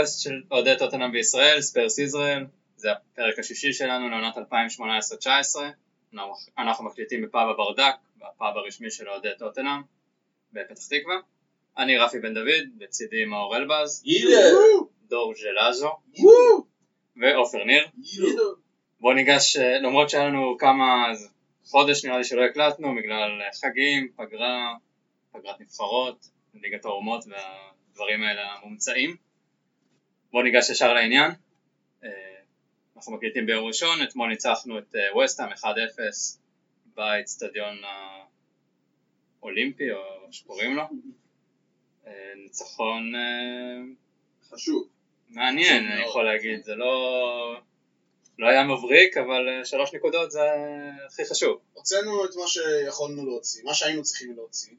הפודקאסט של אוהדי טוטנהאם בישראל, ספרס ישראל. זה הפרק השישי שלנו לעונת 2018-19. אנחנו מקליטים בפאב הברדק, בפאב הרשמי של אוהדי טוטנהאם בפתח תקווה. אני רפי בן דוד, לצידי מאור אלבז, דור ז'לאזו ועופר ניר. בואו ניגש, למרות שהיה לנו כמה חודש נראה לי שלא הקלטנו בגלל חגים, פגרת נבחרות, ליגת האומות והדברים האלה המומצאים. בואו ניגש ישר לעניין. אנחנו מקליטים ביום ראשון, אתמול ניצחנו את ווסטהאם 1-0 באצטדיון האולימפי או שקוראים לו. ניצחון חשוב. מעניין, אני יכול להגיד, זה לא היה מבריק, אבל 3 נקודות זה הכי חשוב. הוצאנו את מה שיכולנו להוציא, מה שהיינו צריכים להוציא.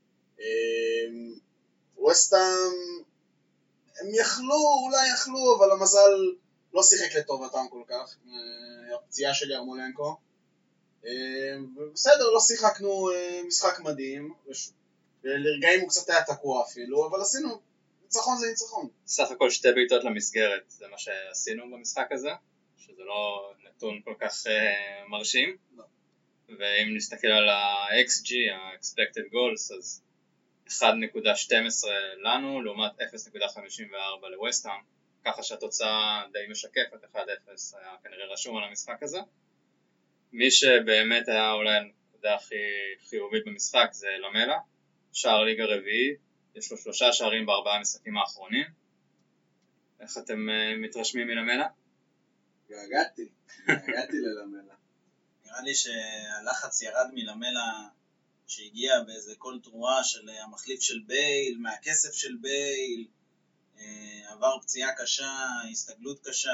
ווסטהאם, הם אולי יכלו, אבל המזל לא שיחק לטובתם כל כך, הפציעה של ירמולנקו. בסדר, לא שיחקנו משחק מדהים, ולרגעים הוא קצת היה תקוע אפילו, אבל עשינו, ניצחון זה ניצחון. סך הכל 2 בעיטות למסגרת, זה מה שעשינו במשחק הזה, שזה לא נתון כל כך מרשים. לא. ואם נסתכל על ה-XG, ה-Expected Goals, אז 1.12 לנו, לעומת 0.54 לווסטהאם, ככה שהתוצאה די משקפת, 1-0 היה כנראה רשום על המשחק הזה. מי שבאמת היה אולי הנקודה הכי חיובית במשחק זה למלה, שער ליגה רביעי, יש לו 3 שערים ב4 המשחקים האחרונים. איך אתם מתרשמים מלמלה? געגעתי ללמלה. נראה לי שהלחץ ירד מלמלה שהגיע באיזה קול תרועה של המחליף של בייל, מהכסף של בייל, עבר פציעה קשה, הסתגלות קשה,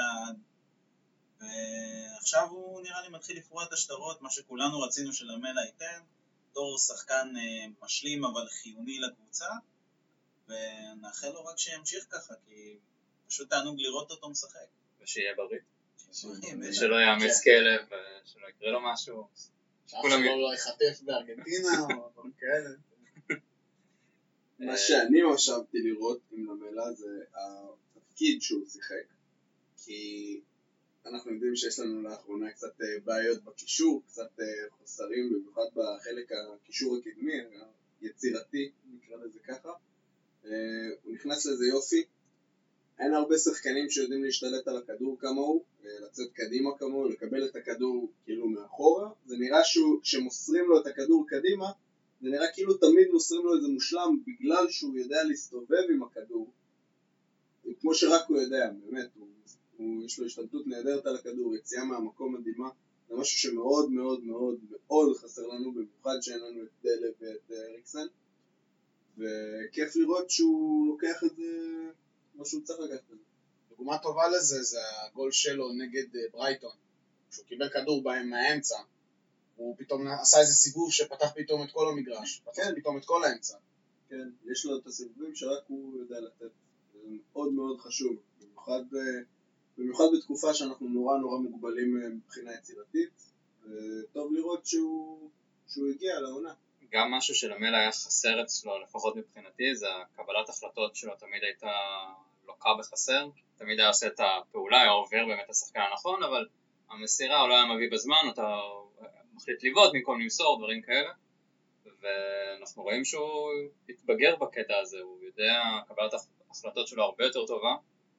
ועכשיו הוא נראה לי מתחיל לפרוע את השטרות, מה שכולנו רצינו שלמלה ייתן, תור שחקן משלים אבל חיוני לקבוצה, ונאחל לו רק שימשיך ככה, כי פשוט תענוג לראות אותו משחק. ושיהיה בריא. שלא יאמץ כלב, שלא יקרה לו משהו. שלא לא יחטף בארגנטינה או כאלה. מה שאני חשבתי לראות עם למלה זה התפקיד שהוא שיחק, כי אנחנו יודעים שיש לנו לאחרונה קצת בעיות בקישור, קצת חוסרים, במיוחד בחלק הקישור הקדמי, יצירתי, נקרא לזה ככה. הוא נכנס לזה יופי. אין הרבה שחקנים שיודעים להשתלט על הכדור כמוהו, לצאת קדימה כמוהו, לקבל את הכדור כאילו מאחורה. זה נראה שמוסרים לו את הכדור קדימה, זה נראה כאילו תמיד מוסרים לו איזה מושלם, בגלל שהוא יודע להסתובב עם הכדור, כמו שרק הוא יודע, באמת, יש לו השתלטות נהדרת על הכדור, יציאה מהמקום מדהימה, זה משהו שמאוד מאוד מאוד מאוד חסר לנו, במיוחד שאין לנו את דלה ואת ריקסן, וכיף לראות שהוא לוקח את זה מה שהוא צריך לקחת את זה. דוגמה טובה לזה זה הגול שלו נגד ברייטון, שהוא קיבל כדור בהם מהאמצע, הוא פתאום עשה איזה סיבוב שפתח פתאום את כל המגרש, פתח פתאום את כל האמצע. כן, יש לו את הסיבובים שרק הוא יודע לתת, זה מאוד מאוד חשוב, במיוחד בתקופה שאנחנו נורא מוגבלים מבחינה יצירתית, וטוב לראות שהוא הגיע לעונה. גם משהו שלמלה היה חסר אצלו, לפחות מבחינתי, זה הקבלת החלטות שלו תמיד הייתה לוקה בחסר, תמיד היה עושה את הפעולה, היה עובר באמת השחקן הנכון, אבל המסירה הוא לא היה מביא בזמן, אתה מחליט לבעוט במקום למסור, דברים כאלה, ואנחנו רואים שהוא התבגר בקטע הזה, הוא יודע, קבלת החלטות שלו הרבה יותר טובה.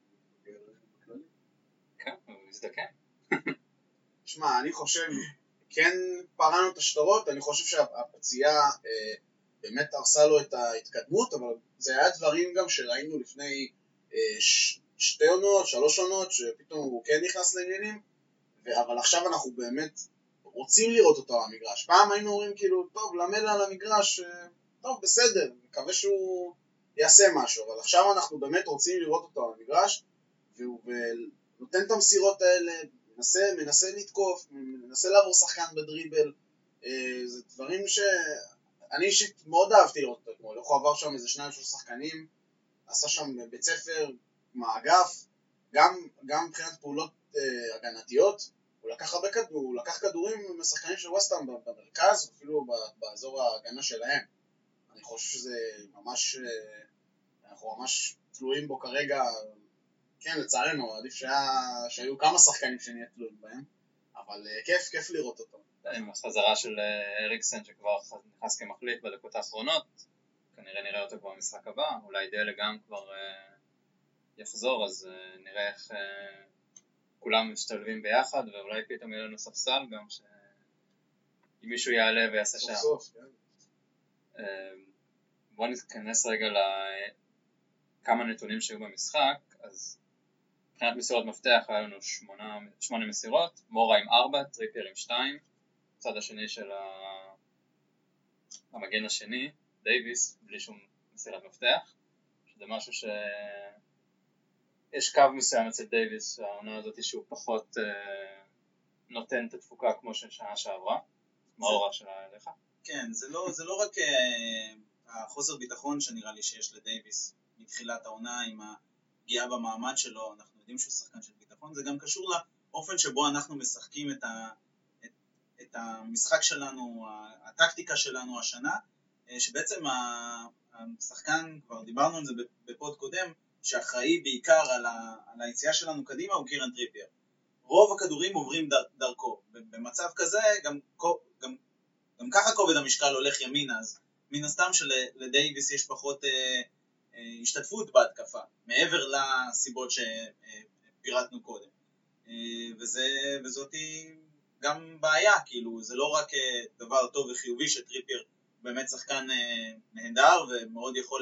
כן, הוא הזדקן. שמע, אני חושב, כן פרענו את השטרות, אני חושב שהפציעה באמת הרסה לו את ההתקדמות, אבל זה היה דברים גם שראינו לפני 2 עונות, 3 עונות, שפתאום הוא כן נכנס לעניינים, אבל עכשיו אנחנו באמת רוצים לראות אותו על המגרש. פעם היינו אומרים כאילו, טוב, למלה על המגרש, טוב, בסדר, מקווה שהוא יעשה משהו, אבל עכשיו אנחנו באמת רוצים לראות אותו על המגרש, והוא נותן את המסירות האלה, מנסה לתקוף, מנסה לעבור שחקן בדריבל, זה דברים שאני אישית מאוד אהבתי לראות אותו אתמול, הוא עבר שם איזה 2-3 שחקנים, עשה שם בית ספר, מאגף, גם מבחינת פעולות הגנתיות, הוא לקח כדורים משחקנים של ווסטהאם במרכז, אפילו באזור ההגנה שלהם. אני חושב שזה ממש, אנחנו ממש תלויים בו כרגע כן, לצערנו, עדיף שהיו כמה שחקנים שנהיה תלויים בהם, אבל כיף לראות אותו. עם החזרה של אריקסן שכבר נכנס כמחליף בדקות האחרונות, כנראה נראה אותו כבר במשחק הבא, אולי דלה גם כבר יחזור, אז נראה איך כולם משתלבים ביחד, ואולי פתאום יהיה לנו ספסל גם אם מישהו יעלה ויעשה שער. סוף, כן. בואו נתכנס רגע לכמה נתונים שהיו במשחק. אז מבחינת מסירות מפתח היה לנו 8 מסירות, מורה עם 4, טריפייר עם 2, הצד השני של המגן השני, דייביס, בלי שום מסירת מפתח, שזה משהו יש קו מסוים אצל דייביס, העונה הזאת שהוא פחות נותן את התפוקה כמו ששנה שעברה. מה ההוראה שלה אליך? כן, זה לא רק החוסר ביטחון שנראה לי שיש לדייביס מתחילת העונה עם הפגיעה במעמד שלו, אנחנו יודעים שהוא שחקן של ביטחון, זה גם קשור לאופן שבו אנחנו משחקים את המשחק שלנו, הטקטיקה שלנו השנה, שבעצם השחקן, כבר דיברנו על זה בפוד קודם, שאחראי בעיקר על היציאה שלנו קדימה הוא קירן טריפייר. רוב הכדורים עוברים דרכו. במצב כזה גם ככה כובד המשקל הולך ימינה, אז מן הסתם שלדייביס יש פחות השתתפות בהתקפה, מעבר לסיבות שפירטנו קודם. וזאת גם בעיה, כאילו זה לא רק דבר טוב וחיובי שטריפייר באמת שחקן נהדר ומאוד יכול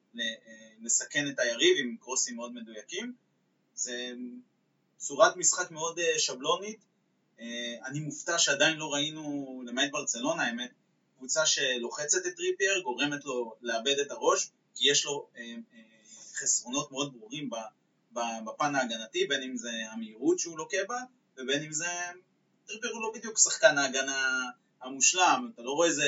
לסכן את היריב עם קרוסים מאוד מדויקים. זה צורת משחק מאוד שבלונית. אני מופתע שעדיין לא ראינו, למעט ברצלונה, האמת, קבוצה שלוחצת את טריפייר, גורמת לו לאבד את הראש, כי יש לו חסרונות מאוד ברורים בפן ההגנתי, בין אם זה המהירות שהוא לוקה בה, ובין אם זה טריפייר הוא לא בדיוק שחקן ההגנה המושלם, אתה לא רואה איזה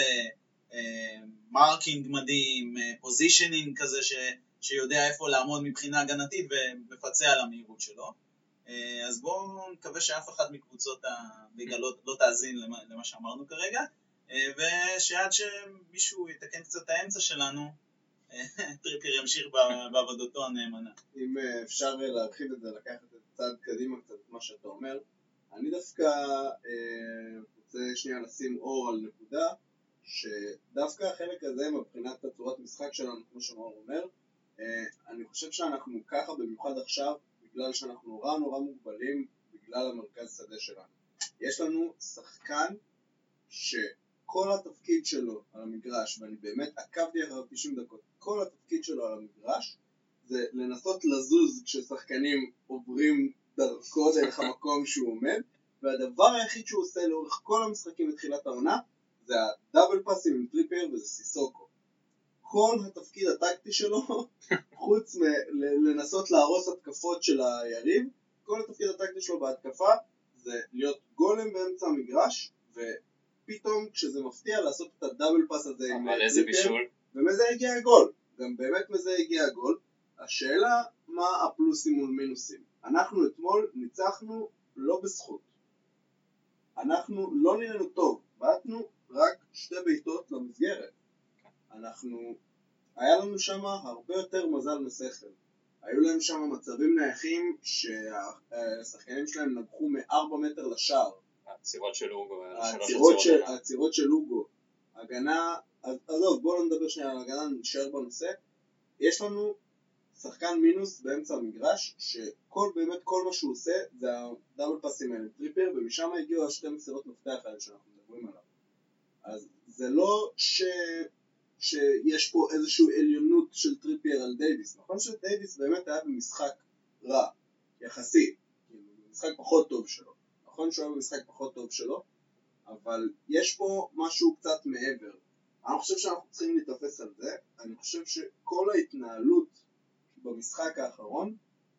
מרקינג מדהים, פוזישנינג כזה שיודע איפה לעמוד מבחינה הגנתית ומפצע על המהירות שלו. אז בואו נקווה שאף אחד מקבוצות הליגה לא תאזין למה שאמרנו כרגע, ושעד שמישהו יתקן קצת את האמצע שלנו, טריפייר ימשיך בעבודתו הנאמנה. אם אפשר להרחיב את זה, לקחת את צעד קדימה קצת מה שאתה אומר, אני דווקא רוצה שנייה לשים אור על נקודה, שדווקא החלק הזה מבחינת הצורת משחק שלנו, כמו שמאור אומר, אני חושב שאנחנו ככה במיוחד עכשיו, בגלל שאנחנו נורא מוגבלים בגלל המרכז שדה שלנו. יש לנו שחקן שכל התפקיד שלו על המגרש, ואני באמת עקבתי אחריו 90 דקות, כל התפקיד שלו על המגרש זה לנסות לזוז כששחקנים עוברים דרכו דרך המקום שהוא עומד, והדבר היחיד שהוא עושה לאורך כל המשחקים בתחילת העונה זה הדאבל פאסים עם טריפייר וזה סיסוקו. כל התפקיד הטקטי שלו, חוץ מלנסות להרוס התקפות של היריב, כל התפקיד הטקטי שלו בהתקפה זה להיות גולם באמצע המגרש, ופתאום כשזה מפתיע לעשות את הדאבל פאס הזה עם טריפייר, ומזה הגיע הגול. גם באמת מזה הגיע הגול. השאלה מה הפלוסים מול מינוסים. אנחנו אתמול ניצחנו לא בזכות. אנחנו לא נראינו טוב, בעטנו רק 2 בעיטות למסגרת. היה לנו שם הרבה יותר מזל משכל. היו להם שם מצבים נייחים שהשחקנים שלהם נגחו מ4 מטר לשער. העצירות של אוגו. העצירות של אוגו. הגנה, עזוב, בואו לא נדבר שנייה על הגנה, נשאר בנושא. יש לנו שחקן מינוס באמצע המגרש, שבאמת כל מה שהוא עושה זה הדאבל פאסים האלה טריפייר, ומשם הגיעו 2 מסירות מפתח האלה שאנחנו מדברים עליו. אז זה לא שיש פה איזושהי עליונות של טריפייר על דייביס. נכון שדייביס באמת היה במשחק רע, יחסי, במשחק פחות טוב שלו. נכון שהוא היה במשחק פחות טוב שלו, אבל יש פה משהו קצת מעבר. אני חושב שאנחנו צריכים להתאפס על זה. אני חושב שכל ההתנהלות במשחק האחרון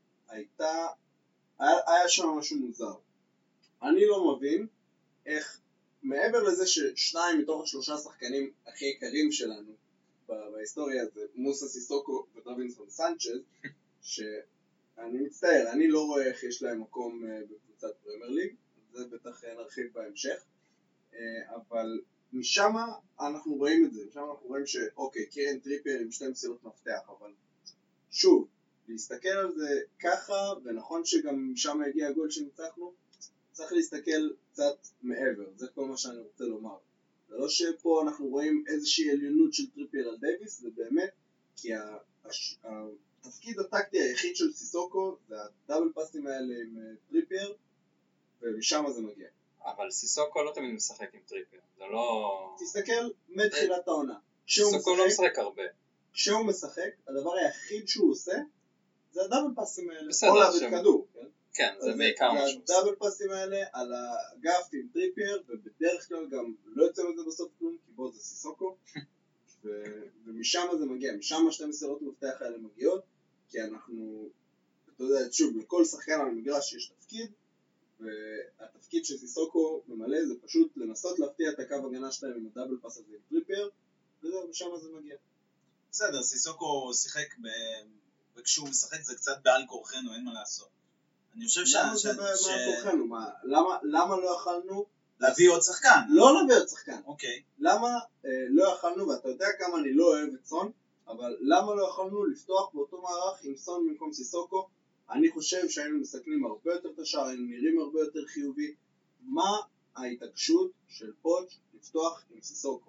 היה שם משהו מוזר. אני לא מבין איך מעבר לזה ש2 מתוך 3 השחקנים הכי יקרים שלנו בהיסטוריה זה מוסה סיסוקו ודרווינסון סנצ'ז, שאני מצטער, אני לא רואה איך יש להם מקום בקבוצת פרמייר ליג, זה בטח נרחיב בהמשך, אבל משם אנחנו רואים את זה, משם אנחנו רואים שאוקיי, קירן טריפייר עם 2 מסירות מפתח, אבל שוב, להסתכל על זה ככה, ונכון שגם שם הגיע הגול שניצחנו, צריך להסתכל קצת מעבר, זה כל מה שאני רוצה לומר. זה לא שפה אנחנו רואים איזושהי עליונות של טריפייר על דייביס, זה באמת כי התפקיד הטקטי היחיד של סיסוקו זה הדאבל פאסים האלה עם טריפייר, ומשם זה מגיע. אבל סיסוקו לא תמיד משחק עם טריפייר, זה לא... תסתכל מתחילת העונה. סיסוקו לא משחק הרבה. כשהוא משחק, הדבר היחיד שהוא עושה, זה הדאבל פאסים האלה. בסדר, או להביא כדור, כן? כן, זה בעיקר משהו. זה הדאבל פאסים האלה על האגף עם טריפייר, ובדרך כלל גם לא יוצא מזה בסוף כלום, כי בו זה סיסוקו, ומשם זה מגיע, משם השתי מסירות מפתח האלה מגיעות, כי אנחנו, אתה יודע, שוב, לכל שחקן על המגרש יש תפקיד, והתפקיד של סיסוקו ממלא זה פשוט לנסות להפתיע את הקו הגנה שלהם עם הדאבל פאס הזה עם טריפייר, וזהו, משם זה מגיע. בסדר, סיסוקו שיחק וכשהוא משחק זה קצת בעל כורחנו, אין מה לעשות. אני חושב למה זה בעל כורחנו? למה לא יכלנו להביא עוד שחקן? לא להביא עוד שחקן. אוקיי. למה לא יכלנו, ואתה יודע כמה אני לא אוהב את סון, אבל למה לא יכלנו לפתוח באותו מערך עם סון במקום סיסוקו? אני חושב שהיינו מסתכלים הרבה יותר את השער, היינו נראים הרבה יותר חיובי. מה ההתעקשות של פוץ' לפתוח עם סיסוקו?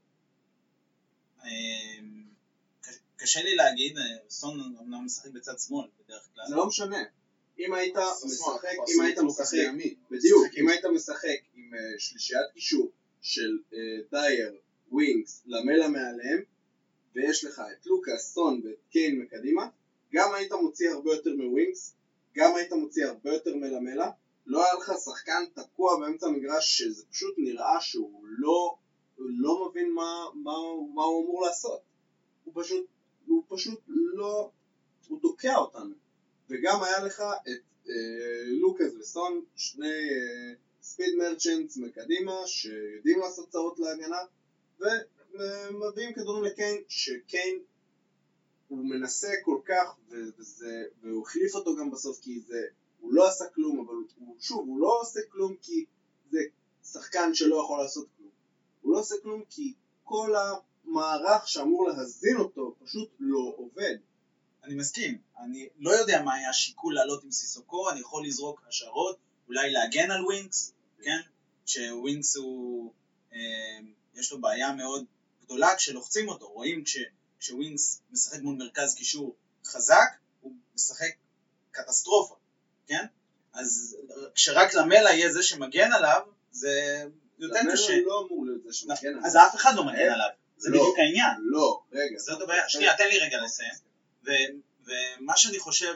קשה לי להגיד, סון אמנם משחק בצד שמאל בדרך כלל. זה לא משנה. אם היית משחק, בדיוק, אם היית משחק עם שלישיית קישור של דייר, ווינגס, למלה מעליהם, ויש לך את לוקאס, סון ואת קיין מקדימה, גם היית מוציא הרבה יותר מווינגס, גם היית מוציא הרבה יותר מלמלה, לא היה לך שחקן תקוע באמצע המגרש שזה פשוט נראה שהוא לא מבין מה הוא אמור לעשות. הוא פשוט לא, הוא דוקע אותנו. וגם היה לך את לוקאס וסון, שני ספיד מרצ'נטס מקדימה שיודעים לעשות צרות להגנה, ומביאים כדורים לקיין, שקיין הוא מנסה כל כך, והוא החליף אותו גם בסוף, כי הוא לא עשה כלום, אבל הוא לא עושה כלום כי זה שחקן שלא יכול לעשות כלום. הוא לא עושה כלום כי כל המערך שאמור להזין אותו פשוט לא עובד. אני מסכים, אני לא יודע מה היה השיקול לעלות עם סיסוקו, אני יכול לזרוק השערות, אולי להגן על ווינגס, כן? שווינגס הוא, יש לו בעיה מאוד גדולה כשלוחצים אותו, רואים כשווינגס משחק מול מרכז קישור חזק, הוא משחק קטסטרופה, כן? אז כשרק למלה יהיה זה שמגן עליו, זה יותר קשה. למלה לא אמור להיות זה שמגן עליו. אז אף אחד לא מגן עליו, זה בדיוק העניין. לא, רגע. זאת הבעיה, שנייה, תן לי רגע לסיים. ומה שאני חושב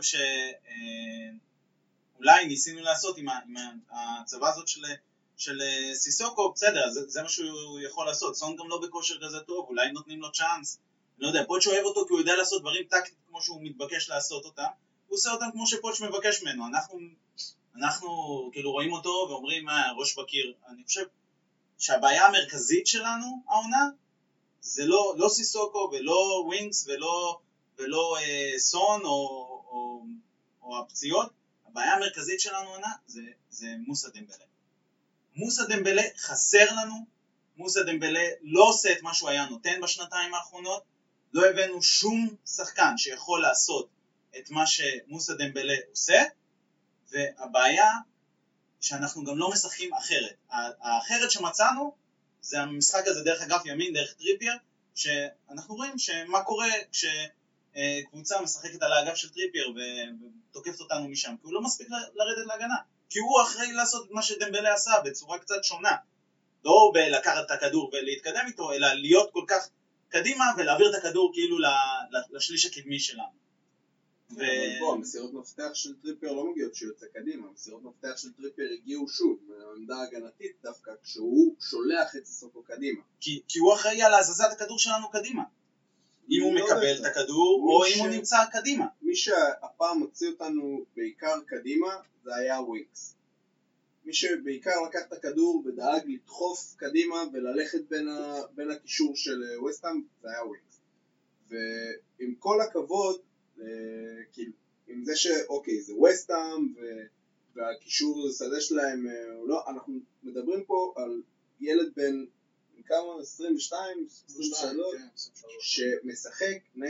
שאולי ניסינו לעשות עם הצבא הזאת של סיסוקו, בסדר, זה מה שהוא יכול לעשות. סון גם לא בכושר כזה טוב, אולי נותנים לו צ'אנס. אני לא יודע, פוץ' אוהב אותו כי הוא יודע לעשות דברים טקטית כמו שהוא מתבקש לעשות אותם. הוא עושה אותם כמו שפוץ' מבקש ממנו. אנחנו כאילו רואים אותו ואומרים, ראש בקיר. אני חושב שהבעיה המרכזית שלנו, העונה, זה לא סיסוקו ולא ווינגס ולא סון או הפציעות. הבעיה המרכזית שלנו עונה זה מוסא דמבלה. מוסא דמבלה חסר לנו, מוסא דמבלה לא עושה את מה שהוא היה נותן בשנתיים האחרונות, לא הבאנו שום שחקן שיכול לעשות את מה שמוסא דמבלה עושה, והבעיה שאנחנו גם לא משחקים אחרת. האחרת שמצאנו זה המשחק הזה דרך אגף ימין, דרך טריפייר, שאנחנו רואים שמה קורה כשקבוצה משחקת על האגף של טריפייר ותוקפת אותנו משם, כי הוא לא מספיק לרדת להגנה, כי הוא אחראי לעשות את מה שדמבלה עשה בצורה קצת שונה, לא בלקחת את הכדור ולהתקדם איתו, אלא להיות כל כך קדימה ולהעביר את הכדור כאילו לשליש הקדמי שלנו. אבל פה, המסירות מפתח של טריפייר לא מגיעות שיוצא קדימה, המסירות מפתח של טריפייר הגיעו שוב מהעמדה הגנתית דווקא כשהוא שולח את סיסוקו קדימה. כי הוא אחראי על הזזת הכדור שלנו קדימה. אם הוא מקבל את הכדור או אם הוא נמצא קדימה. מי שהפעם מוציא אותנו בעיקר קדימה זה היה ווינגס. מי שבעיקר לקח את הכדור ודאג לדחוף קדימה וללכת בין הקישור של ווסטהאם זה היה ווינגס. ועם כל הכבוד, כאילו, עם זה שאוקיי זה ווסטהאם והקישור שדה שלהם, לא, אנחנו מדברים פה על ילד בן כמה? 22, 23, שמשחק נגד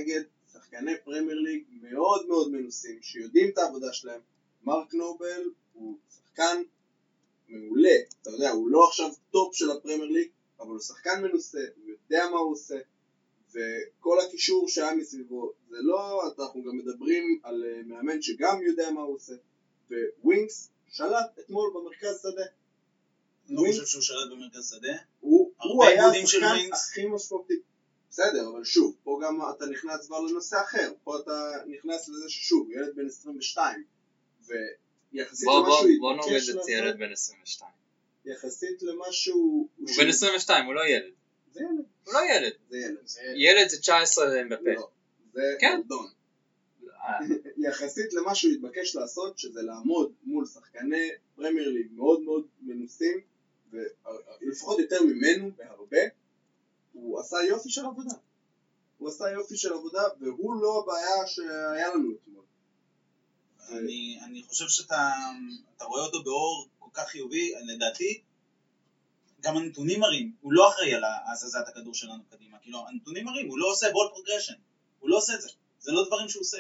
שחקני פרמייר ליג מאוד מאוד מנוסים, שיודעים את העבודה שלהם. מרק נובל הוא שחקן מעולה, אתה יודע, הוא לא עכשיו טופ של הפרמייר ליג, אבל הוא שחקן מנוסה, הוא יודע מה הוא עושה, וכל הקישור שהיה מסביבו, זה לא, אנחנו גם מדברים על מאמן שגם יודע מה הוא עושה, ווינקס שלט אתמול במרכז שדה. לא חושב שהוא שלט במרכז שדה. הוא היה השחקן הכי משמעותי. בסדר, אבל שוב, פה גם אתה נכנס כבר לנושא אחר, פה אתה נכנס לזה ששוב, ילד בן 22, ויחסית למשהו בוא נוריד את ילד בן 22. יחסית למשהו... הוא בן 22, הוא לא ילד. זה ילד. הוא לא ילד. זה ילד. ילד זה 19 בפה. לא, זה ילדון. יחסית למה שהוא התבקש לעשות, שזה לעמוד מול שחקני פרמייר ליג מאוד מאוד מנוסים, ולפחות יותר ממנו בהרבה, הוא עשה יופי של עבודה. הוא עשה יופי של עבודה, והוא לא הבעיה שהיה לנו אתמול. אני חושב שאתה רואה אותו באור כל כך חיובי, לדעתי, גם הנתונים מראים, הוא לא אחראי על הזזת הכדור שלנו קדימה, כאילו הנתונים מראים, הוא לא עושה בול פרוגרשן, הוא לא עושה את זה, זה לא דברים שהוא עושה.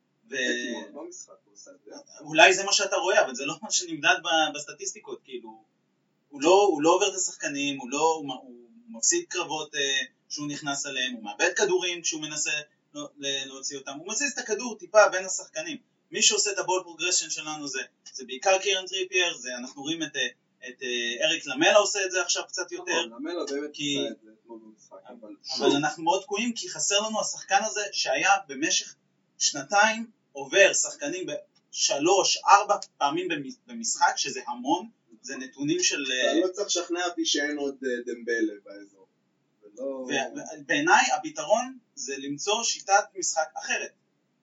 במשחק הוא עושה את זה. אולי זה מה שאתה רואה, אבל זה לא מה שנמדד בסטטיסטיקות, כאילו, הוא לא עובר את השחקנים, הוא מפסיד קרבות שהוא נכנס אליהם, הוא מאבד כדורים כשהוא מנסה להוציא אותם, הוא מזיז את הכדור טיפה בין השחקנים. מי שעושה את הבול פרוגרשן שלנו זה בעיקר קירן טריפייר, אנחנו רואים את אריק למלה עושה את זה עכשיו קצת יותר. למלה באמת עושה את זה אתמול במשחק, אבל אנחנו מאוד תקועים כי חסר לנו השחקן הזה שהיה במשך שנתיים עובר שחקנים 3-4 פעמים במשחק, שזה המון, זה נתונים של... אתה לא צריך לשכנע אותי שאין עוד דמבלה באזור. ובעיניי הפתרון זה למצוא שיטת משחק אחרת.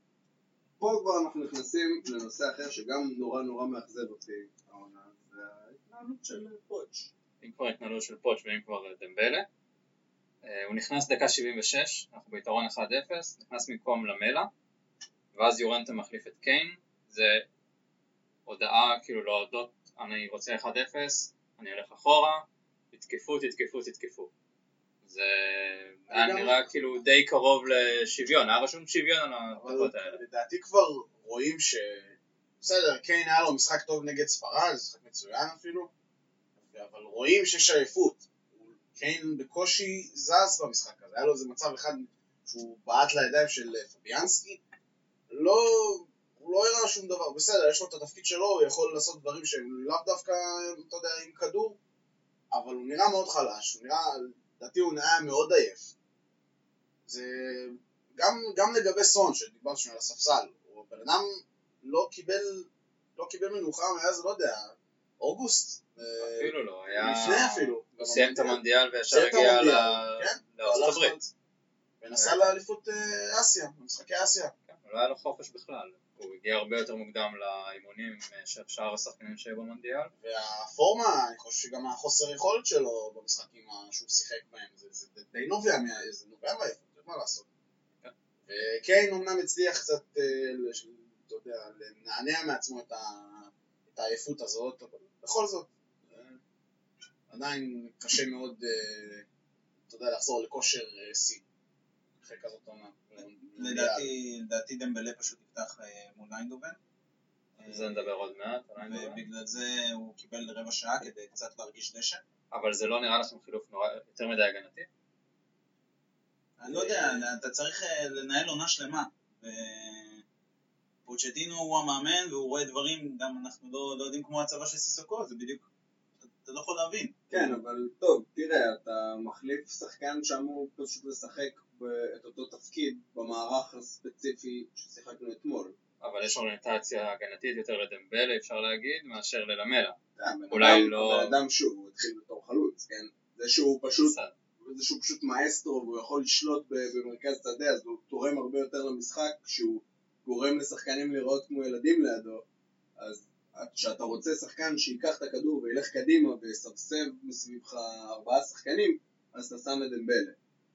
פה כבר אנחנו נכנסים לנושא אחר שגם נורא נורא מאכזב אותי העונה, זה ההתנהלות של פוץ'. אם כבר התנהלות של פוץ' ואם כבר דמבלה, הוא נכנס דקה 76, אנחנו ביתרון 1-0, נכנס במקום למלה, ואז יורנטה מחליף את קיין, זה הודעה כאילו להודות, אני רוצה 1-0, אני הולך אחורה, תתקפו. זה היה נראה כאילו די קרוב לשוויון, היה רשום שוויון על התקפות האלה. לדעתי כבר רואים בסדר, קיין היה לו משחק טוב נגד ספרד, זה משחק מצוין אפילו, אבל רואים שיש עייפות. קיין בקושי זז במשחק הזה, היה לו איזה מצב אחד שהוא בעט לידיים של פביאנסקי, הוא לא הראה שום דבר, בסדר, יש לו את התפקיד שלו, הוא יכול לעשות דברים שהם לאו דווקא, אתה יודע, עם כדור, אבל הוא נראה מאוד חלש, לדעתי הוא נראה מאוד עייף. זה גם לגבי סון, שדיברתי שם על הספסל, הוא בן אדם לא קיבל מנוחה מאז, לא יודע, אוגוסט. אפילו לא, היה... לפני אפילו. הוא סיים את המונדיאל וישר הגיע לארצות הברית. ונסע לאליפות אסיה, במשחקי אסיה. לא היה לו חופש בכלל, הוא הגיע הרבה יותר מוקדם לאימונים שאר השחקנים שהיו במונדיאל. והפורמה, אני חושב שגם החוסר יכולת שלו במשחקים שהוא שיחק בהם, זה די נובע מהעייפות, מה לעשות. וקיין אומנם הצליח קצת, אתה יודע, לנענע מעצמו את העייפות הזאת, אבל בכל זאת, עדיין קשה מאוד, אתה יודע, לחזור לכושר שיא. אחרי כזאת עונה. לדעתי דמבלה פשוט יפתח מול איינדובן. זה נדבר עוד מעט. ובגלל זה הוא קיבל רבע שעה כדי קצת להרגיש דשא. אבל זה לא נראה לכם חילוף יותר מדי הגנתי? אני לא יודע, אתה צריך לנהל עונה שלמה. פוצ'טינו הוא המאמן והוא רואה דברים, גם אנחנו לא יודעים כמו הצבא של סיסוקו, זה בדיוק, אתה לא יכול להבין. כן, אבל טוב, תראה, אתה מחליף שחקן שאמור פשוט לשחק את אותו תפקיד במערך הספציפי ששיחקנו אתמול. אבל יש אוריינטציה הגנתית יותר לדמבלה, אפשר להגיד, מאשר ללמלה. אולי לא... אדם שוב, הוא התחיל בתור חלוץ, כן? זה שהוא פשוט מאסטרו והוא יכול לשלוט במרכז שדה, אז הוא תורם הרבה יותר למשחק, כשהוא גורם לשחקנים לראות כמו ילדים לידו. אז כשאתה רוצה שחקן שיקח את הכדור וילך קדימה ויסבסב מסביבך 4 שחקנים, אז אתה שם את דמבלה.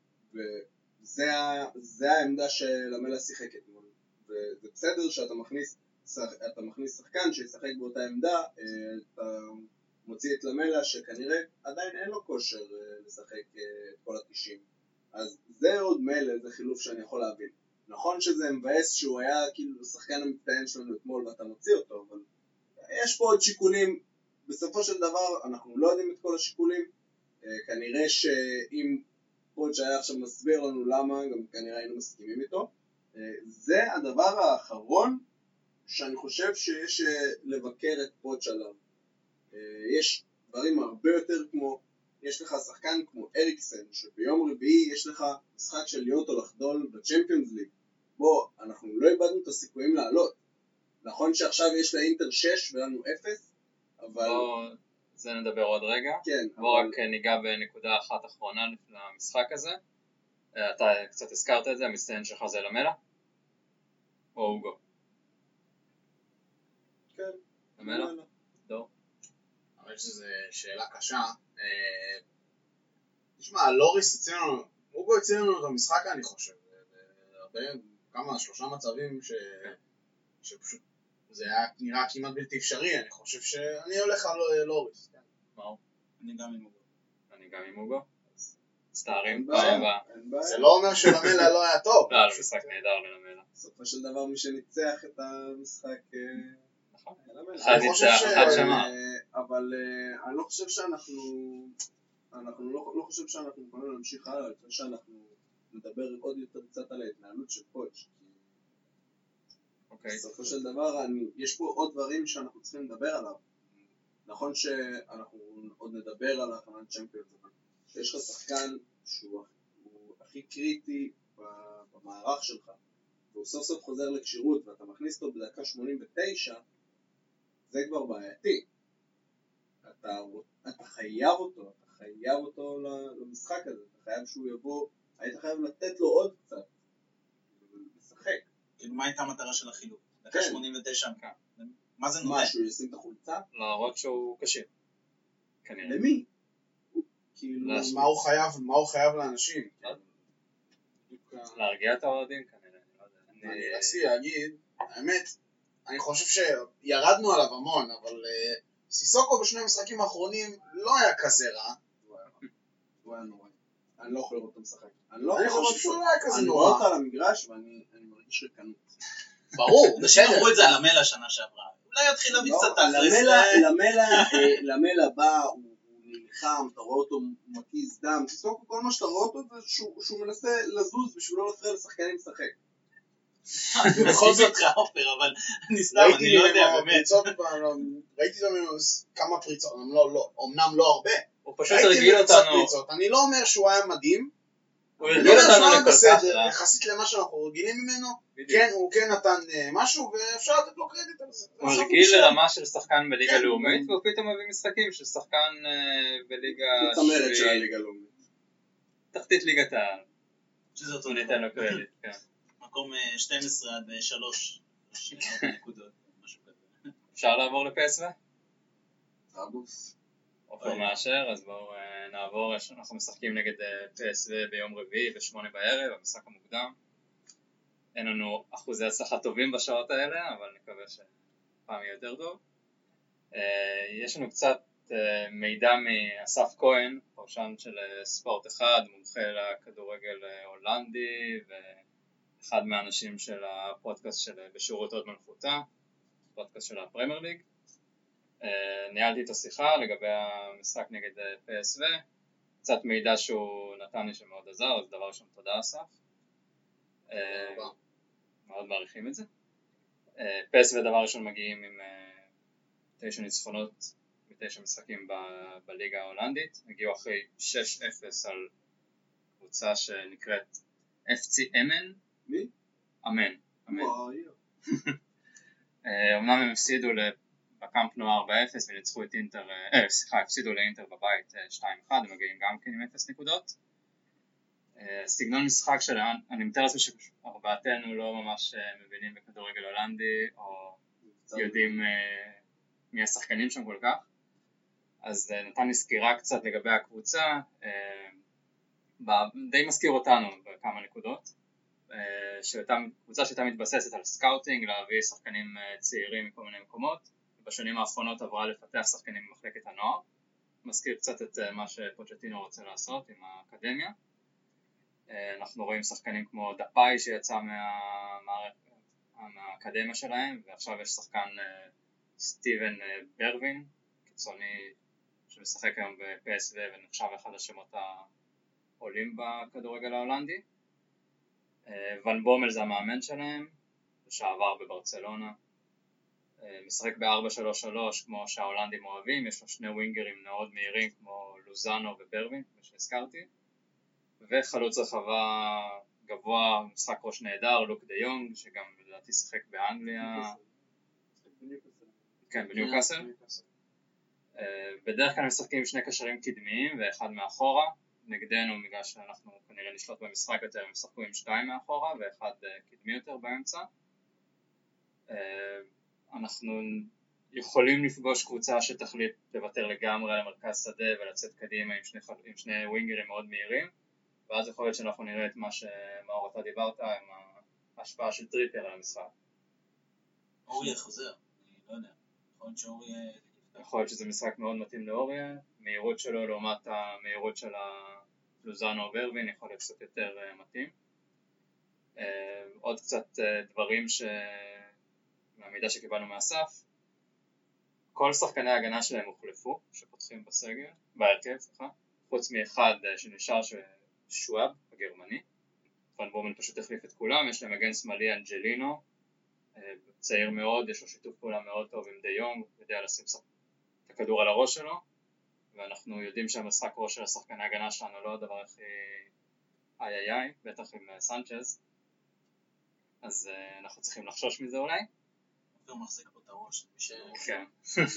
וזה העמדה שלמלה שיחק אתמול. וזה בסדר שאתה מכניס שחקן שישחק באותה עמדה, אתה מוציא את למלה שכנראה עדיין אין לו כושר לשחק את כל ה-90. אז זה עוד מלא, זה חילוף שאני יכול להבין. נכון שזה מבאס שהוא היה כאילו השחקן המצטיין שלנו אתמול ואתה מוציא אותו, אבל יש פה עוד שיקולים, בסופו של דבר אנחנו לא יודעים את כל השיקולים, כנראה שאם פוץ' היה עכשיו מסביר לנו למה, גם כנראה היינו מסכימים איתו. זה הדבר האחרון שאני חושב שיש לבקר את פוץ' עליו. יש דברים הרבה יותר כמו, יש לך שחקן כמו אריקסן, שביום רביעי יש לך משחק של להיות או לחדול בצ'מפיונס ליג. בוא, אנחנו לא איבדנו את הסיכויים לעלות. נכון שעכשיו יש לאינטר 6 ולנו 0, אבל... בוא, זה נדבר עוד רגע. כן, בוא אבל... רק ניגע בנקודה אחת אחרונה למשחק הזה. אתה קצת הזכרת את זה, המצטיין שלך זה למלה? או אוגו? כן. למלה? דור? אני חושב שזו שאלה קשה. תשמע, לוריס הציע לנו, אוגו הציע לנו את המשחק אני חושב. כמה, 3 מצבים שפשוט זה היה נראה כמעט בלתי אפשרי, אני חושב שאני הולך על לוריס. מאור? אני גם עם אוגו. אני גם עם אוגו. סתארים, זה לא אומר שלמלה לא היה טוב. לא, זה משחק נהדר ללמלה. בסופו של דבר מי שניצח את המשחק... נכון. אחד ניצח, אחד שמע. אבל אני לא חושב שאנחנו לא חושב שאנחנו יכולים להמשיך הלאה, לפני שאנחנו נדבר עוד יותר קצת על ההתנהלות של פוץ'. בסופו של דבר יש פה עוד דברים שאנחנו צריכים לדבר עליו. נכון שאנחנו עוד נדבר על ההכנת צ'מפיונס, אבל שיש לך שחקן שהוא הכי קריטי במערך שלך, והוא סוף סוף חוזר לקשירות ואתה מכניס אותו בדקה 89, זה כבר בעייתי. אתה חייב אותו למשחק הזה, אתה חייב שהוא יבוא, היית חייב לתת לו עוד קצת לשחק. כאילו מה הייתה המטרה של החילוק? דקה 89 מה זה נותן? מה, שהוא ישים את החולצה? להראות שהוא קשה. כנראה. למי? מה הוא חייב לאנשים? להרגיע את האוהדים כנראה. אני רציתי להגיד, האמת, אני חושב שירדנו עליו המון, אבל סיסוקו בשני המשחקים האחרונים לא היה כזה רע. הוא היה נורא. אני לא יכול לראות אותו משחק. אני חושב שהוא לא היה כזה אני נורא. רואה אותו על המגרש ואני מרגיש רקנות. ברור, אנשים אמרו את זה על המלה שנה שעברה. אולי יתחיל להביא קצת תכלס. למלה בא, הוא נלחם, אתה רואה אותו מקיז דם. סיסוקו, כל מה שאתה רואה אותו זה שהוא מנסה לזוז בשביל לא להפריע לשחקנים לשחק. בכל זאת חופר, אבל אני סתם, אני לא יודע, באמת. ראיתי כמה פריצות, אמנם לא הרבה. הוא פשוט הרגיל אותנו. אני לא אומר שהוא היה מדהים. הוא הרגיל אותנו לכל כך. יחסית למה שאנחנו רגילים ממנו, הוא כן נתן משהו, ואפשר לתת לו קרדיט על זה. הוא הרגיל לרמה של שחקן בליגה לאומית, והוא פתאום מביא משחקים של שחקן בליגה צמרת של הליגה לאומית. תחתית ליגת העל. שזה אותו ניתן לו קרדיט, כן. מקום 12 עד 3 נקודות, משהו כזה. אפשר לעבור לפסו? אבוס. אופר מאשר, אז בואו נעבור, אנחנו משחקים נגד פסו ביום רביעי ב8 בערב, המשחק המוקדם. אין לנו אחוזי הצלחה טובים בשעות האלה, אבל נקווה שפעם יהיה יותר טוב. יש לנו קצת מידע מאסף כהן, פרשן של ספורט אחד, מומחה לכדורגל הולנדי, ואחד מהאנשים של הפודקאסט של בשירות עוד מלכותה, פודקאסט של הפרמייר ליג. ניהלתי איתו שיחה לגבי המשחק נגד PSV, קצת מידע שהוא נתן לי שמאוד עזר, אז דבר ראשון תודה אסף. מאוד מעריכים את זה. PSV דבר ראשון מגיעים עם 9 ניצחונות ב9 משחקים בליגה ההולנדית, הגיעו אחרי 6-0 על קבוצה שנקראת FC Emmen. מי? אמן. אמנם הם הפסידו בקאמפ נו 4-0 וניצחו את אינטר, הפסידו לאינטר בבית 2-1, הם מגיעים גם כן עם 0 נקודות. סגנון משחק שלהם, אני מתאר לעצמי שארבעתנו לא ממש מבינים בכדורגל הולנדי או יודעים מי השחקנים שם כל כך, אז נתן לי סקירה קצת לגבי הקבוצה, די מזכיר אותנו בכמה נקודות, קבוצה שהייתה מתבססת על סקאוטינג, להביא שחקנים צעירים מכל מיני מקומות, בשנים האחרונות עברה לפתח שחקנים במחלקת הנוער, מזכיר קצת את מה שפוצ'טינו רוצה לעשות עם האקדמיה. אנחנו רואים שחקנים כמו דפאי שיצא מהאקדמיה שלהם, ועכשיו יש שחקן סטיבן ברווין, קיצוני שמשחק היום ב-PSV ונחשב אחד השמות העולים בכדורגל ההולנדי. ון בומל זה המאמן שלהם, שעבר בברצלונה, משחק ב-4-3-3 כמו שההולנדים אוהבים, יש לו שני ווינגרים מאוד מהירים כמו לוזאנו וברווין, כמו שהזכרתי, וחלוץ רחבה גבוה, משחק ראש נהדר, לוק דה יונג, שגם לדעתי שיחק באנגליה, כן, בניוקאסל. בדרך כלל משחקים עם שני קשרים קדמיים ואחד מאחורה, נגדנו בגלל שאנחנו כנראה נשלוט במשחק יותר, הם משחקו עם 2 מאחורה ואחד קדמי יותר באמצע. אנחנו יכולים לפגוש קבוצה שתחליט לוותר לגמרי על המרכז שדה ולצאת קדימה עם שני ווינגרים מאוד מהירים, ואז יכול להיות שאנחנו נראה את מה שמאור אתה דיברת עם ההשפעה של טריפר על המשחק. אוריה חוזר, אני לא יודע, יכול להיות שזה משחק מאוד מתאים לאוריה, מהירות שלו לעומת המהירות של לוזאנו וברווין יכול להיות קצת יותר מתאים. עוד קצת דברים מהמידע שקיבלנו מהסף, כל שחקני ההגנה שלהם הוחלפו, שפותחים בהרכב, חוץ מאחד שנשאר שואב, הגרמני. ון בומל פשוט החליף את כולם, יש להם מגן שמאלי אנג'לינו, צעיר מאוד, יש לו שיתוף פעולה מאוד טוב עם דה יונג, יודע לשים את הכדור על הראש שלו, ואנחנו יודעים שהמשחק ראש של השחקני ההגנה שלנו לא הדבר הכי איי, בטח עם סנצ'ז, אז אנחנו צריכים לחשוש מזה אולי. הוא מחזיק פה את הראש, כן.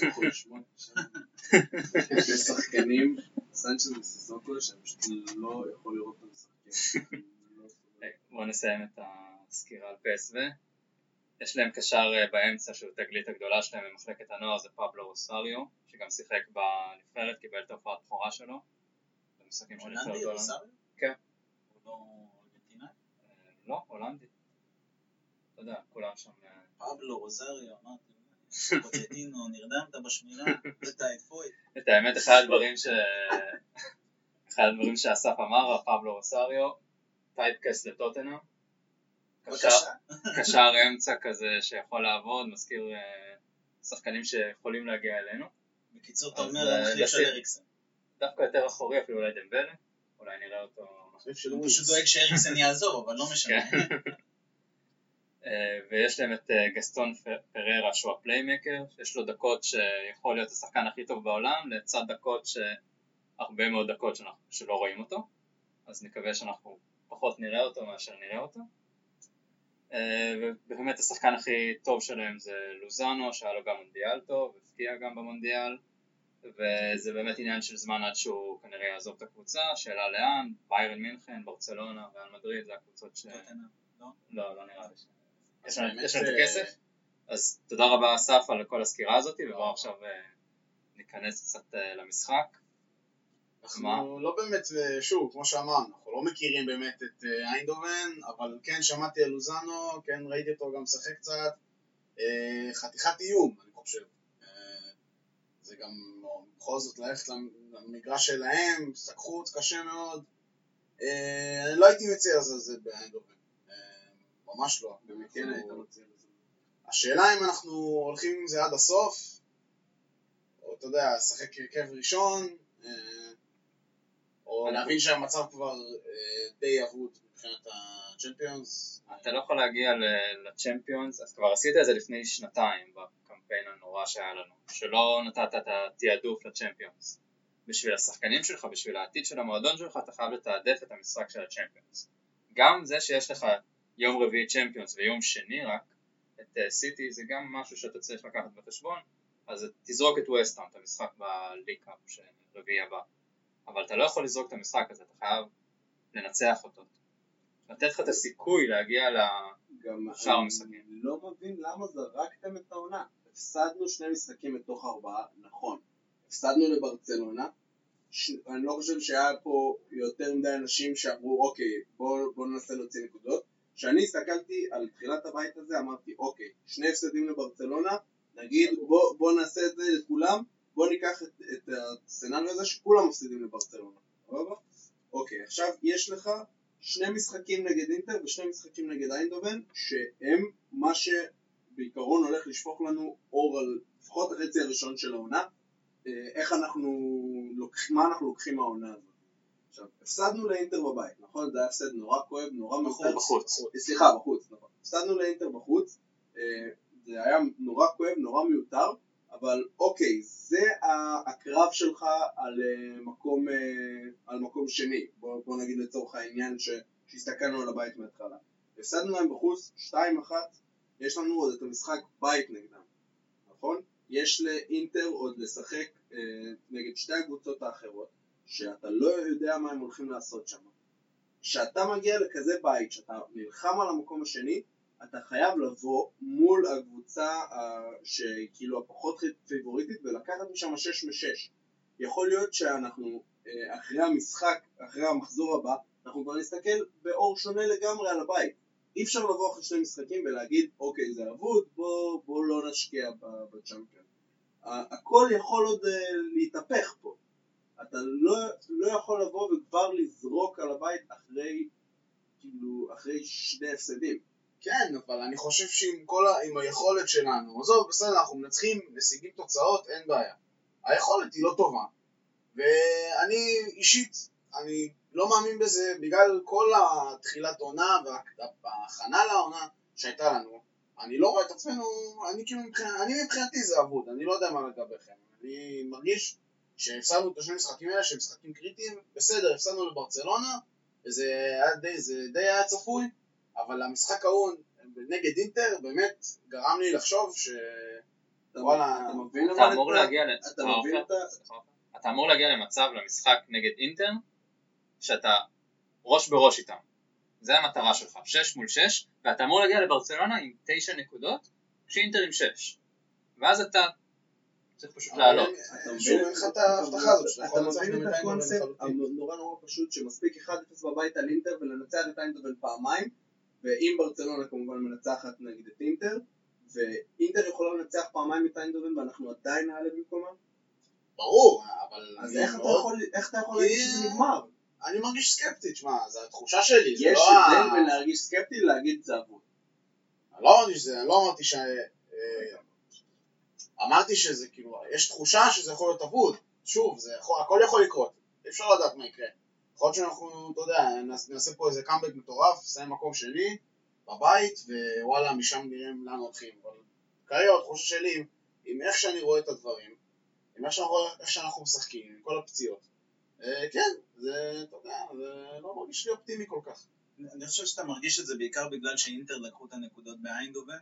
יש שחקנים, סנצ'ז וסיסוקו, שהם פשוט לא יכול לראות את המשחקים. בואו נסיים את הסקירה על PSV. יש להם קשר באמצע שהוא תגלית הגדולה שלהם במחלקת הנוער, זה פבלו רוסריו, שגם שיחק בנבחרת, קיבל את ההופעת הבכורה שלו. במשחקים של נבחרת הולנד. רוסריו? כן. הוא לא ארגנטינאי? לא, הולנדי. אתה יודע, כולם שם... פבלו רוסריו, אמרתי, פוצ'טינו, נרדמת בשמירה, זה טייפוי. את האמת, אחד הדברים שאסף אמר, פבלו רוסריו, טייפקס לטוטנהאם. קשר אמצע כזה שיכול לעבוד, מזכיר שחקנים שיכולים להגיע אלינו. בקיצור, אתה אומר המחליף של אריקסן. דווקא יותר אחורי, אפילו אולי דמבלה, אולי נראה אותו... הוא פשוט דואג שאריקסן יעזוב, אבל לא משנה. ויש להם את גסטון פררה שהוא הפליימקר, יש לו דקות שיכול להיות השחקן הכי טוב בעולם, לצד דקות שהרבה מאוד דקות שלא רואים אותו, אז נקווה שאנחנו פחות נראה אותו מאשר נראה אותו. ובאמת השחקן הכי טוב שלהם זה לוזאנו, שהיה לו גם מונדיאל טוב, הפקיע גם במונדיאל, וזה באמת עניין של זמן עד שהוא כנראה יעזוב את הקבוצה, שאלה לאן, ביירן מינכן, ברצלונה ועל מדריד, זה הקבוצות ש... לא נראה לי ש... יש לנו את הכסף, אז תודה רבה אסף על כל הסקירה הזאת, ובואו עכשיו ניכנס קצת למשחק. אנחנו לא באמת, שוב, כמו שאמרנו, אנחנו לא מכירים באמת את איינדובן, אבל כן שמעתי על לוזאנו, כן ראיתי אותו גם משחק קצת, חתיכת איום, אני חושב. זה גם בכל זאת ללכת למגרש שלהם, משחק חוץ, קשה מאוד. אני לא הייתי מציע זה באיינדובן. ממש לא. כן היית מציע לזה. השאלה אם אנחנו הולכים עם זה עד הסוף, או אתה יודע, שחק הרכב ראשון, או להבין שהמצב כבר די אבוד מבחינת הצ'מפיונס. אתה לא יכול להגיע לצ'מפיונס, אז כבר עשית את זה לפני 2 בקמפיין הנורא שהיה לנו, שלא נתת את התיעדוף לצ'מפיונס. בשביל השחקנים שלך, בשביל העתיד של המועדון שלך, אתה חייב לתעדף את המשחק של הצ'מפיונס. גם זה שיש לך יום רביעי צ'מפיונס ויום שני רק, את סיטי, זה גם משהו שאתה צריך לקחת בחשבון, אז תזרוק את ווסטהאם, את המשחק בליג-אפ של רביעי הבא. אבל אתה לא יכול לזרוק את המשחק הזה, אתה חייב לנצח אותו. לתת לך את הסיכוי להגיע לשאר המשחקים. אני לא מבין למה זרקתם את העונה. הפסדנו 2 משחקים מתוך 4, נכון. הפסדנו לברצלונה. אני לא חושב שהיה פה יותר מדי אנשים שאמרו, אוקיי, בוא ננסה להוציא נקודות. כשאני הסתכלתי על תחילת הבית הזה, אמרתי, אוקיי, 2 הפסדים לברצלונה, נגיד, בוא נעשה את זה לכולם, בוא ניקח את הסצנריו הזה שכולם מפסידים לברצלונה. אוקיי, עכשיו יש לך 2 משחקים נגד אינטר ו2 משחקים נגד איינדובן, שהם מה שבעיקרון הולך לשפוך לנו אור על לפחות החצי הראשון של העונה, איך מה אנחנו לוקחים מהעונה הזאת. עכשיו, הפסדנו לאינטר בבית, נכון? זה היה הפסד נורא כואב, נורא מיותר. בחוץ. סליחה, בחוץ, נכון. הפסדנו לאינטר בחוץ, זה היה נורא כואב, נורא מיותר, אבל אוקיי, זה הקרב שלך על מקום שני. בוא נגיד לצורך העניין שהסתכלנו על הבית מההתחלה. הפסדנו להם בחוץ 2-1, יש לנו עוד את המשחק בית נגדם, נכון? יש לאינטר עוד לשחק נגד שתי הקבוצות האחרות, שאתה לא יודע מה הם הולכים לעשות שם. כשאתה מגיע לכזה בית, שאתה נלחם על המקום השני, אתה חייב לבוא מול הקבוצה שכאילו הפחות פיבוריטית ולקחת משם 6-6. יכול להיות שאנחנו אחרי המשחק, אחרי המחזור הבא, אנחנו כבר נסתכל באור שונה לגמרי על הבית. אי אפשר לבוא אחרי 2 משחקים ולהגיד אוקיי זה אבוד, בוא לא נשקיע בצ'אמפיון. הכל יכול עוד להתהפך פה. אתה לא יכול לבוא וכבר לזרוק על הבית אחרי 2 הפסדים. כן, אבל אני חושב שעם היכולת שלנו, עזוב, בסדר, אנחנו מנצחים, משיגים תוצאות, אין בעיה. היכולת היא לא טובה. ואני אישית, אני לא מאמין בזה בגלל כל התחילת עונה וההכנה לעונה שהייתה לנו. אני לא רואה את עצמנו, אני מבחינתי זה אבוד, אני לא יודע מה לגביכם. אני מרגיש שהפסדנו את 2 משחקים האלה שהם משחקים קריטיים, בסדר, הפסדנו לברצלונה, וזה די היה צפוי, אבל המשחק ההוא נגד אינטר באמת גרם לי לחשוב וואלה, אתה אמור להגיע למצב למשחק נגד אינטר שאתה ראש בראש איתם. זה המטרה שלך, 6 מול 6, ואתה אמור להגיע לברצלונה עם 9 נקודות, כשאינטר עם 6. ואז אתה צריך פשוט לעלות. שוב, אין לך את ההבטחה הזאת. אתה מבין את הקונספט הנורא פשוט שמספיק 1-0 בבית על אינטר ולנצח את איינדובן פעמיים, ואם ברצלונה כמובן מנצחת נגד את אינטר, ואינטר יכולה לנצח פעמיים את איינדובן ואנחנו עדיין נעלה במקומה? ברור, אבל... אז איך אתה יכול להגיד שזה נגמר? אני מרגיש סקפטית, שמה, זו התחושה שלי. יש הבדל בין להרגיש סקפטי להגיד זה אבוד. לא אמרתי אמרתי שזה כאילו, יש תחושה שזה יכול להיות אבוד. שוב, הכל יכול לקרות. אי אפשר לדעת מה יקרה. יכול להיות שאנחנו, אתה יודע, נעשה פה איזה קאמבק מטורף, נסיים מקום שני בבית, ווואלה, משם נראים לאן הולכים. אבל כרגע התחושה שלי, עם איך שאני רואה את הדברים, עם איך שאנחנו משחקים, עם כל הפציעות, כן, זה, אתה יודע, זה לא מרגיש לי אופטימי כל כך. אני חושב שאתה מרגיש את זה בעיקר בגלל שאינטר לקחו את הנקודות באיינדובן,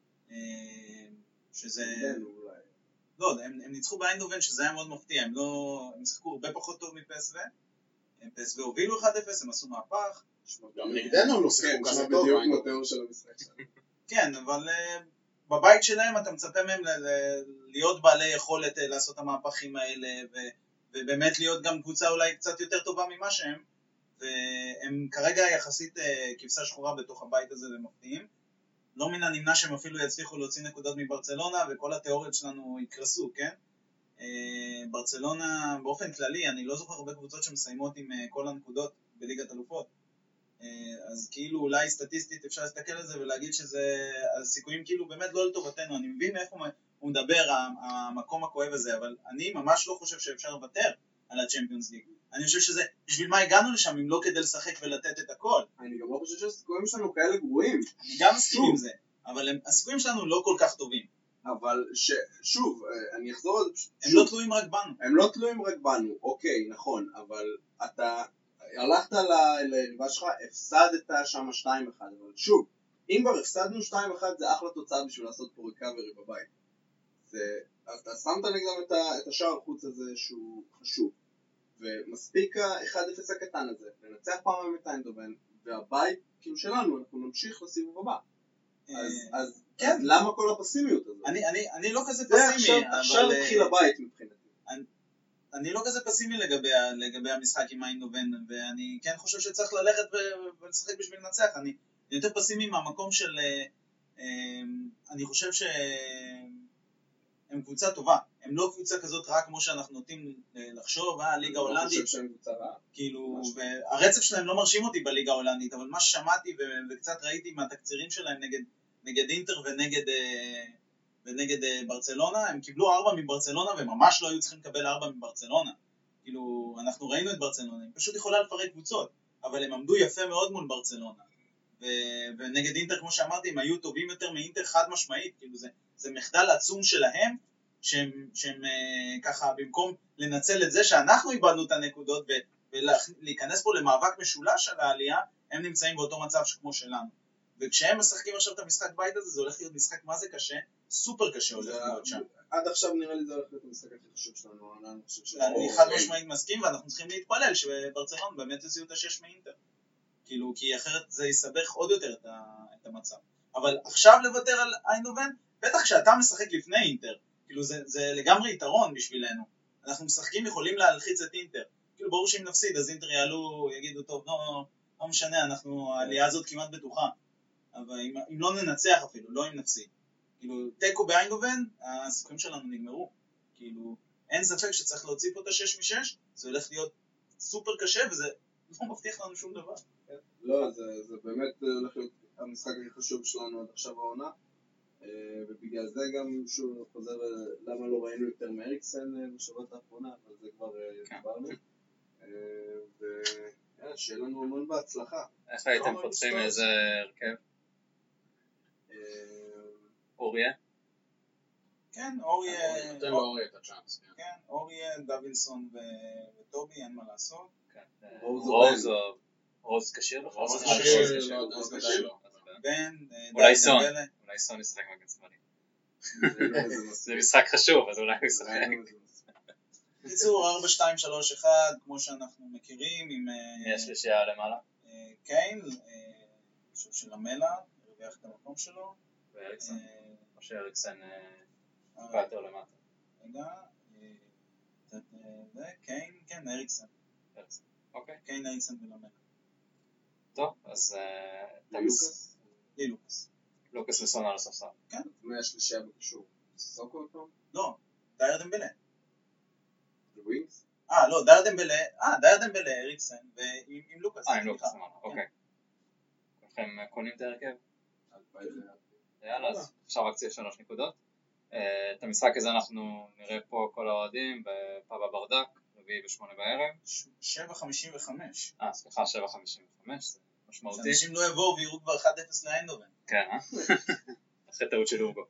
שזה... לא, הם ניצחו באיינדובן שזה היה מאוד מפתיע, הם שיחקו הרבה פחות טוב מפסו, הם פסו הובילו 1-0, הם עשו מהפך. גם נגדנו לא שיחקו כזה טוב. בדיוק כמו תיאור של המשחק שלנו. כן, אבל בבית שלהם אתה מצפה מהם להיות בעלי יכולת לעשות המהפכים האלה, ובאמת להיות גם קבוצה אולי קצת יותר טובה ממה שהם, והם כרגע יחסית כבשה שחורה בתוך הבית הזה ומפתיעים. לא מן הנמנע שהם אפילו יצליחו להוציא נקודות מברצלונה, וכל התיאוריות שלנו יקרסו, כן? ברצלונה באופן כללי, אני לא זוכר הרבה קבוצות שמסיימות עם כל הנקודות בליגת אלופות. אז כאילו אולי סטטיסטית אפשר להסתכל על זה ולהגיד שזה, הסיכויים כאילו באמת לא לטובתנו. אני מבין מאיפה הוא מדבר, המקום הכואב הזה, אבל אני ממש לא חושב שאפשר לוותר על הצ'מפיונס ליג. אני חושב שזה, בשביל מה הגענו לשם אם לא כדי לשחק ולתת את הכל? אני גם לא חושב שהסיכויים שלנו כאלה גרועים. אני גם מסכים עם זה, אבל הסיכויים שלנו לא כל כך טובים. אבל שוב, אני אחזור על זה. הם לא תלויים רק בנו. הם לא תלויים רק בנו, אוקיי, נכון, אבל אתה הלכת לריבה שלך, הפסדת שם 2-1, אבל שוב, אם כבר הפסדנו 2-1 זה אחלה תוצאה בשביל לעשות פה ריקאברי בבית. אתה שמת לי גם את השער חוץ הזה שהוא חשוב. ומספיק ה-1-0 הקטן הזה, לנצח פעם את איינדובן, והבית כאילו שלנו, אנחנו נמשיך לסיבוב הבא. אז למה כל הפסימיות הזאת? אני לא כזה פסימי, עכשיו התחיל הבית מבחינתי. אני לא כזה פסימי לגבי המשחק עם איינדובן, ואני כן חושב שצריך ללכת ולשחק בשביל לנצח. אני יותר פסימי מהמקום של, אני חושב שהם קבוצה טובה, הם לא קבוצה כזאת רעה כמו שאנחנו נוטים לחשוב, ליגה אני הולנדית, לא חושב שהם קבוצה רעה. כאילו, הרצף שלהם לא מרשים אותי בליגה ההולנדית, אבל מה ששמעתי וקצת ראיתי מהתקצירים שלהם נגד אינטר ונגד ברצלונה, הם קיבלו 4 מברצלונה וממש לא היו צריכים לקבל 4 מברצלונה. כאילו, אנחנו ראינו את ברצלונה, היא פשוט יכולה לפרק קבוצות, אבל הם עמדו יפה מאוד מול ברצלונה. ונגד אינטר, כמו שאמרתי, הם היו טובים יותר מאינטר חד משמעית, כאילו זה מחדל עצום שלהם, שהם ככה, במקום לנצל את זה שאנחנו איבדנו את הנקודות ולהיכנס פה למאבק משולש על העלייה, הם נמצאים באותו מצב כמו שלנו. וכשהם משחקים עכשיו את המשחק בית הזה, זה הולך להיות משחק מה זה קשה, סופר קשה הולך להיות שם. עד עכשיו נראה לי זה הולך להיות המשחק הכי חשוב שלנו, אני חד משמעית מסכים, ואנחנו צריכים להתפלל שברצלונה באמת יוציאו את 6 מאינטר. כאילו, כי אחרת זה יסבך עוד יותר את המצב. אבל עכשיו לוותר על איינובן, בטח שאתה משחק לפני אינטר, כאילו זה לגמרי יתרון בשבילנו. אנחנו משחקים יכולים להלחיץ את אינטר. כאילו ברור שאם נפסיד, אז אינטר יגידו, טוב, לא משנה, העלייה הזאת כמעט בטוחה. אבל אם לא ננצח אפילו, לא אם נפסיד. כאילו, טקו באיינובן, הסיכויים שלנו נגמרו. כאילו, אין ספק שצריך להוציא פה את 6 מ-6, זה הולך להיות סופר קשה, וזה לא מבטיח לנו שום דבר. לא, זה באמת הולך להיות המשחק הכי חשוב שלנו עד עכשיו העונה, ובגלל זה גם שוב חוזר למה לא ראינו יותר מאריקסן בשבועות האחרונה, אבל זה כבר דיברנו. שיהיה לנו המון בהצלחה. איך הייתם פותחים איזה הרכב? אוריה? כן, אוריה... נותן לו אוריה את הצ'אנס. כן, אוריה, דווינסון וטובי, אין מה לעשות. רוז קשיר בכלל? רוז קשיר. בן, אולי סון ישחק מגן שמאלי. זה משחק חשוב, אז אולי הוא ישחק. קיצור, 4-2-3-1, כמו שאנחנו מכירים, עם... יש שלישייה למעלה. קיין, אני חושב שלמלה, הרוויח את המקום שלו. ואריקסן, או שאריקסן טיפה יותר למטה. רגע, קיין, כן, אריקסן. אוקיי. קיין, אריקסן ולמלה. טוב, אז... לוקאס? לוקאס. לוקאס וסון על הספסל. כן. מהשלישייה בקישור. סוקו אותו? לא, דייר דמבלה. ווינגס? לא, דייר דמבלה, אריקסן, ועם לוקאס. עם לוקאס, אוקיי. כולכם קונים את ההרכב? יאללה, אז עכשיו רק צריך 3 נקודות. את המשחק הזה אנחנו נראה פה כל האוהדים בפאב הברדק, רביעי ב8 בערב. 7:55. סליחה, 7:55, זה משמעותי. שאנשים לא יבואו ויראו כבר 1-0 לאיינדובן. כן, אחרי טעות של אוגו.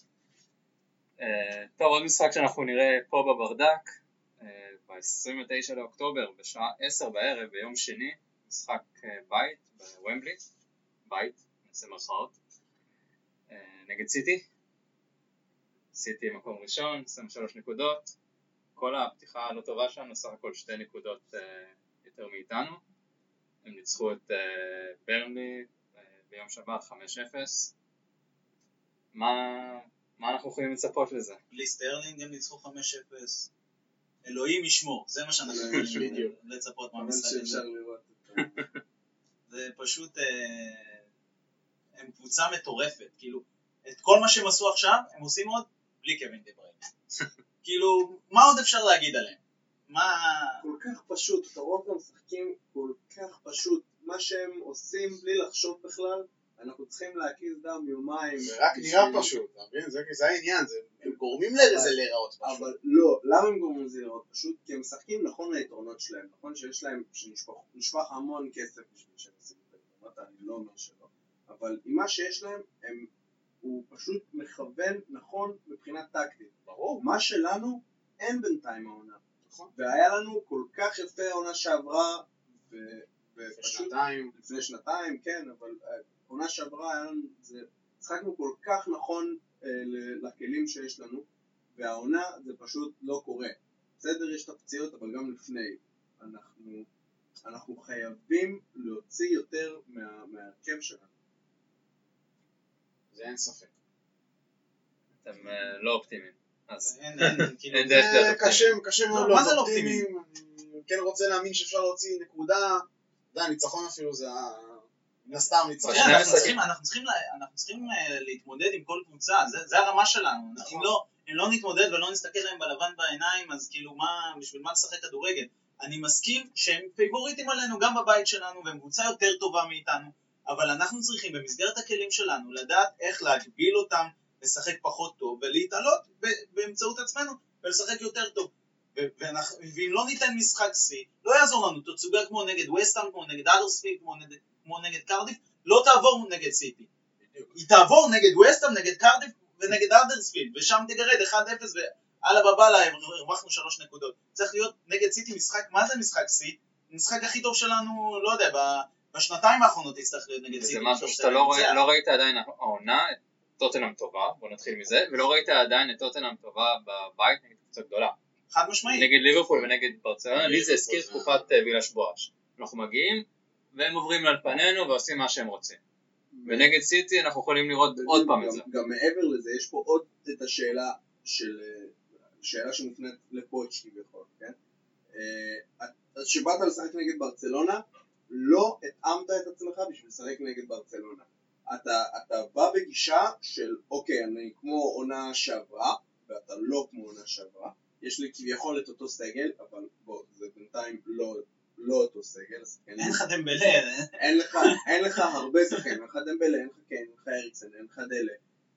טוב, עוד משחק שאנחנו נראה פה בברדק, ב-29 לאוקטובר, בשעה 10 בערב, ביום שני, משחק בית בוומבלי, בית, נעשה מרכאות, נגד סיטי. סיטי מקום ראשון, 23 נקודות, כל הפתיחה הלא טובה שלנו, סך הכל 2 נקודות יותר מאיתנו. הם ניצחו את ברנלי ביום שבת 5-0. מה אנחנו יכולים לצפות לזה? בלי סטרלינג הם ניצחו 5-0. אלוהים ישמור, זה מה שאנחנו יכולים לצפות מהמשחק הזה. זה פשוט, הם קבוצה מטורפת, כאילו, את כל מה שהם עשו עכשיו, הם עושים עוד בלי קווין דה בריין. כאילו, מה עוד אפשר להגיד עליהם? כל כך פשוט, אתה רואה אותם משחקים כל כך פשוט, מה שהם עושים בלי לחשוב בכלל, אנחנו צריכים להקיז דם יומיים. זה רק נראה פשוט, אתה מבין? זה העניין, הם גורמים לזה להיראות פשוט. אבל לא, למה הם גורמים לזה להיראות פשוט? כי הם משחקים נכון ליתרונות שלהם, נכון שיש להם, שנשפך המון כסף בשביל שהם עושים את היתרונות, אני לא אומר שלא, אבל עם מה שיש להם, הוא פשוט מכוון נכון מבחינת טקטית. ברור. מה שלנו אין בינתיים העונה. והיה לנו כל כך יפה העונה שעברה, לפני שנתיים, כן, אבל העונה שעברה היה לנו, צחקנו כל כך נכון לכלים שיש לנו, והעונה זה פשוט לא קורה. בסדר, יש את הפציעות, אבל גם לפני. אנחנו חייבים להוציא יותר מהרכב שלנו. זה אין ספק. אתם לא אופטימיים. אין דרך להיות אופטימיים. קשה מאוד להיות אופטימיים. אני כן רוצה להאמין שאפשר להוציא נקודה, הניצחון אפילו זה נסתם ניצחון. אנחנו צריכים להתמודד עם כל קבוצה, זה הרמה שלנו. אם לא נתמודד ולא נסתכל להם בלבן בעיניים, אז כאילו בשביל מה לשחק כדורגל? אני מסכים שהם פייבוריטים עלינו גם בבית שלנו, והם קבוצה יותר טובה מאיתנו, אבל אנחנו צריכים במסגרת הכלים שלנו לדעת איך להגביל אותם לשחק פחות טוב, ולהתעלות באמצעות עצמנו ולשחק יותר טוב. ואם לא ניתן משחק סי, לא יעזור לנו, תצוגה כמו נגד וסטהאם, כמו נגד אדרספילד, כמו נגד קרדיף, לא תעבור נגד סיטי. היא תעבור נגד וסטהאם, נגד קרדיף ונגד אדרספילד, ושם תגרד 1-0 ועלה בבאללה הרווחנו 3 נקודות. צריך להיות נגד סיטי משחק, מה זה משחק סי? המשחק הכי טוב שלנו, לא יודע, בשנתיים האחרונות יצטרך להיות נגד סיטי. זה משהו שאתה לא ראית עדיין העונה, טוטנהאם טובה, בוא נתחיל מזה, ולא ראית עדיין את טוטנהאם טובה בבית נגד קבוצה גדולה. חד משמעית. נגד ליברפול ונגד ברצלונה, לי זה הזכיר תקופת וילאש בואש. אנחנו מגיעים והם עוברים על פנינו ועושים מה שהם רוצים. ונגד סיטי אנחנו יכולים לראות עוד פעם את זה. גם מעבר לזה, יש פה עוד את השאלה שמופנית לפוטש כביכול, כן? אז שבאת לשחק נגד ברצלונה, לא התאמת את עצמך בשביל לשחק נגד ברצלונה. אתה בא בגישה של, אוקיי, אני כמו עונה שעברה, ואתה לא כמו עונה שעברה, יש לי כביכול את אותו סגל, אבל בוא, זה בינתיים לא אותו סגל. אין לך דמבלה. אין לך הרבה שחקנים, אין לך דמבלה, אין לך קיין, אין לך אריקסן, אין לך דלה.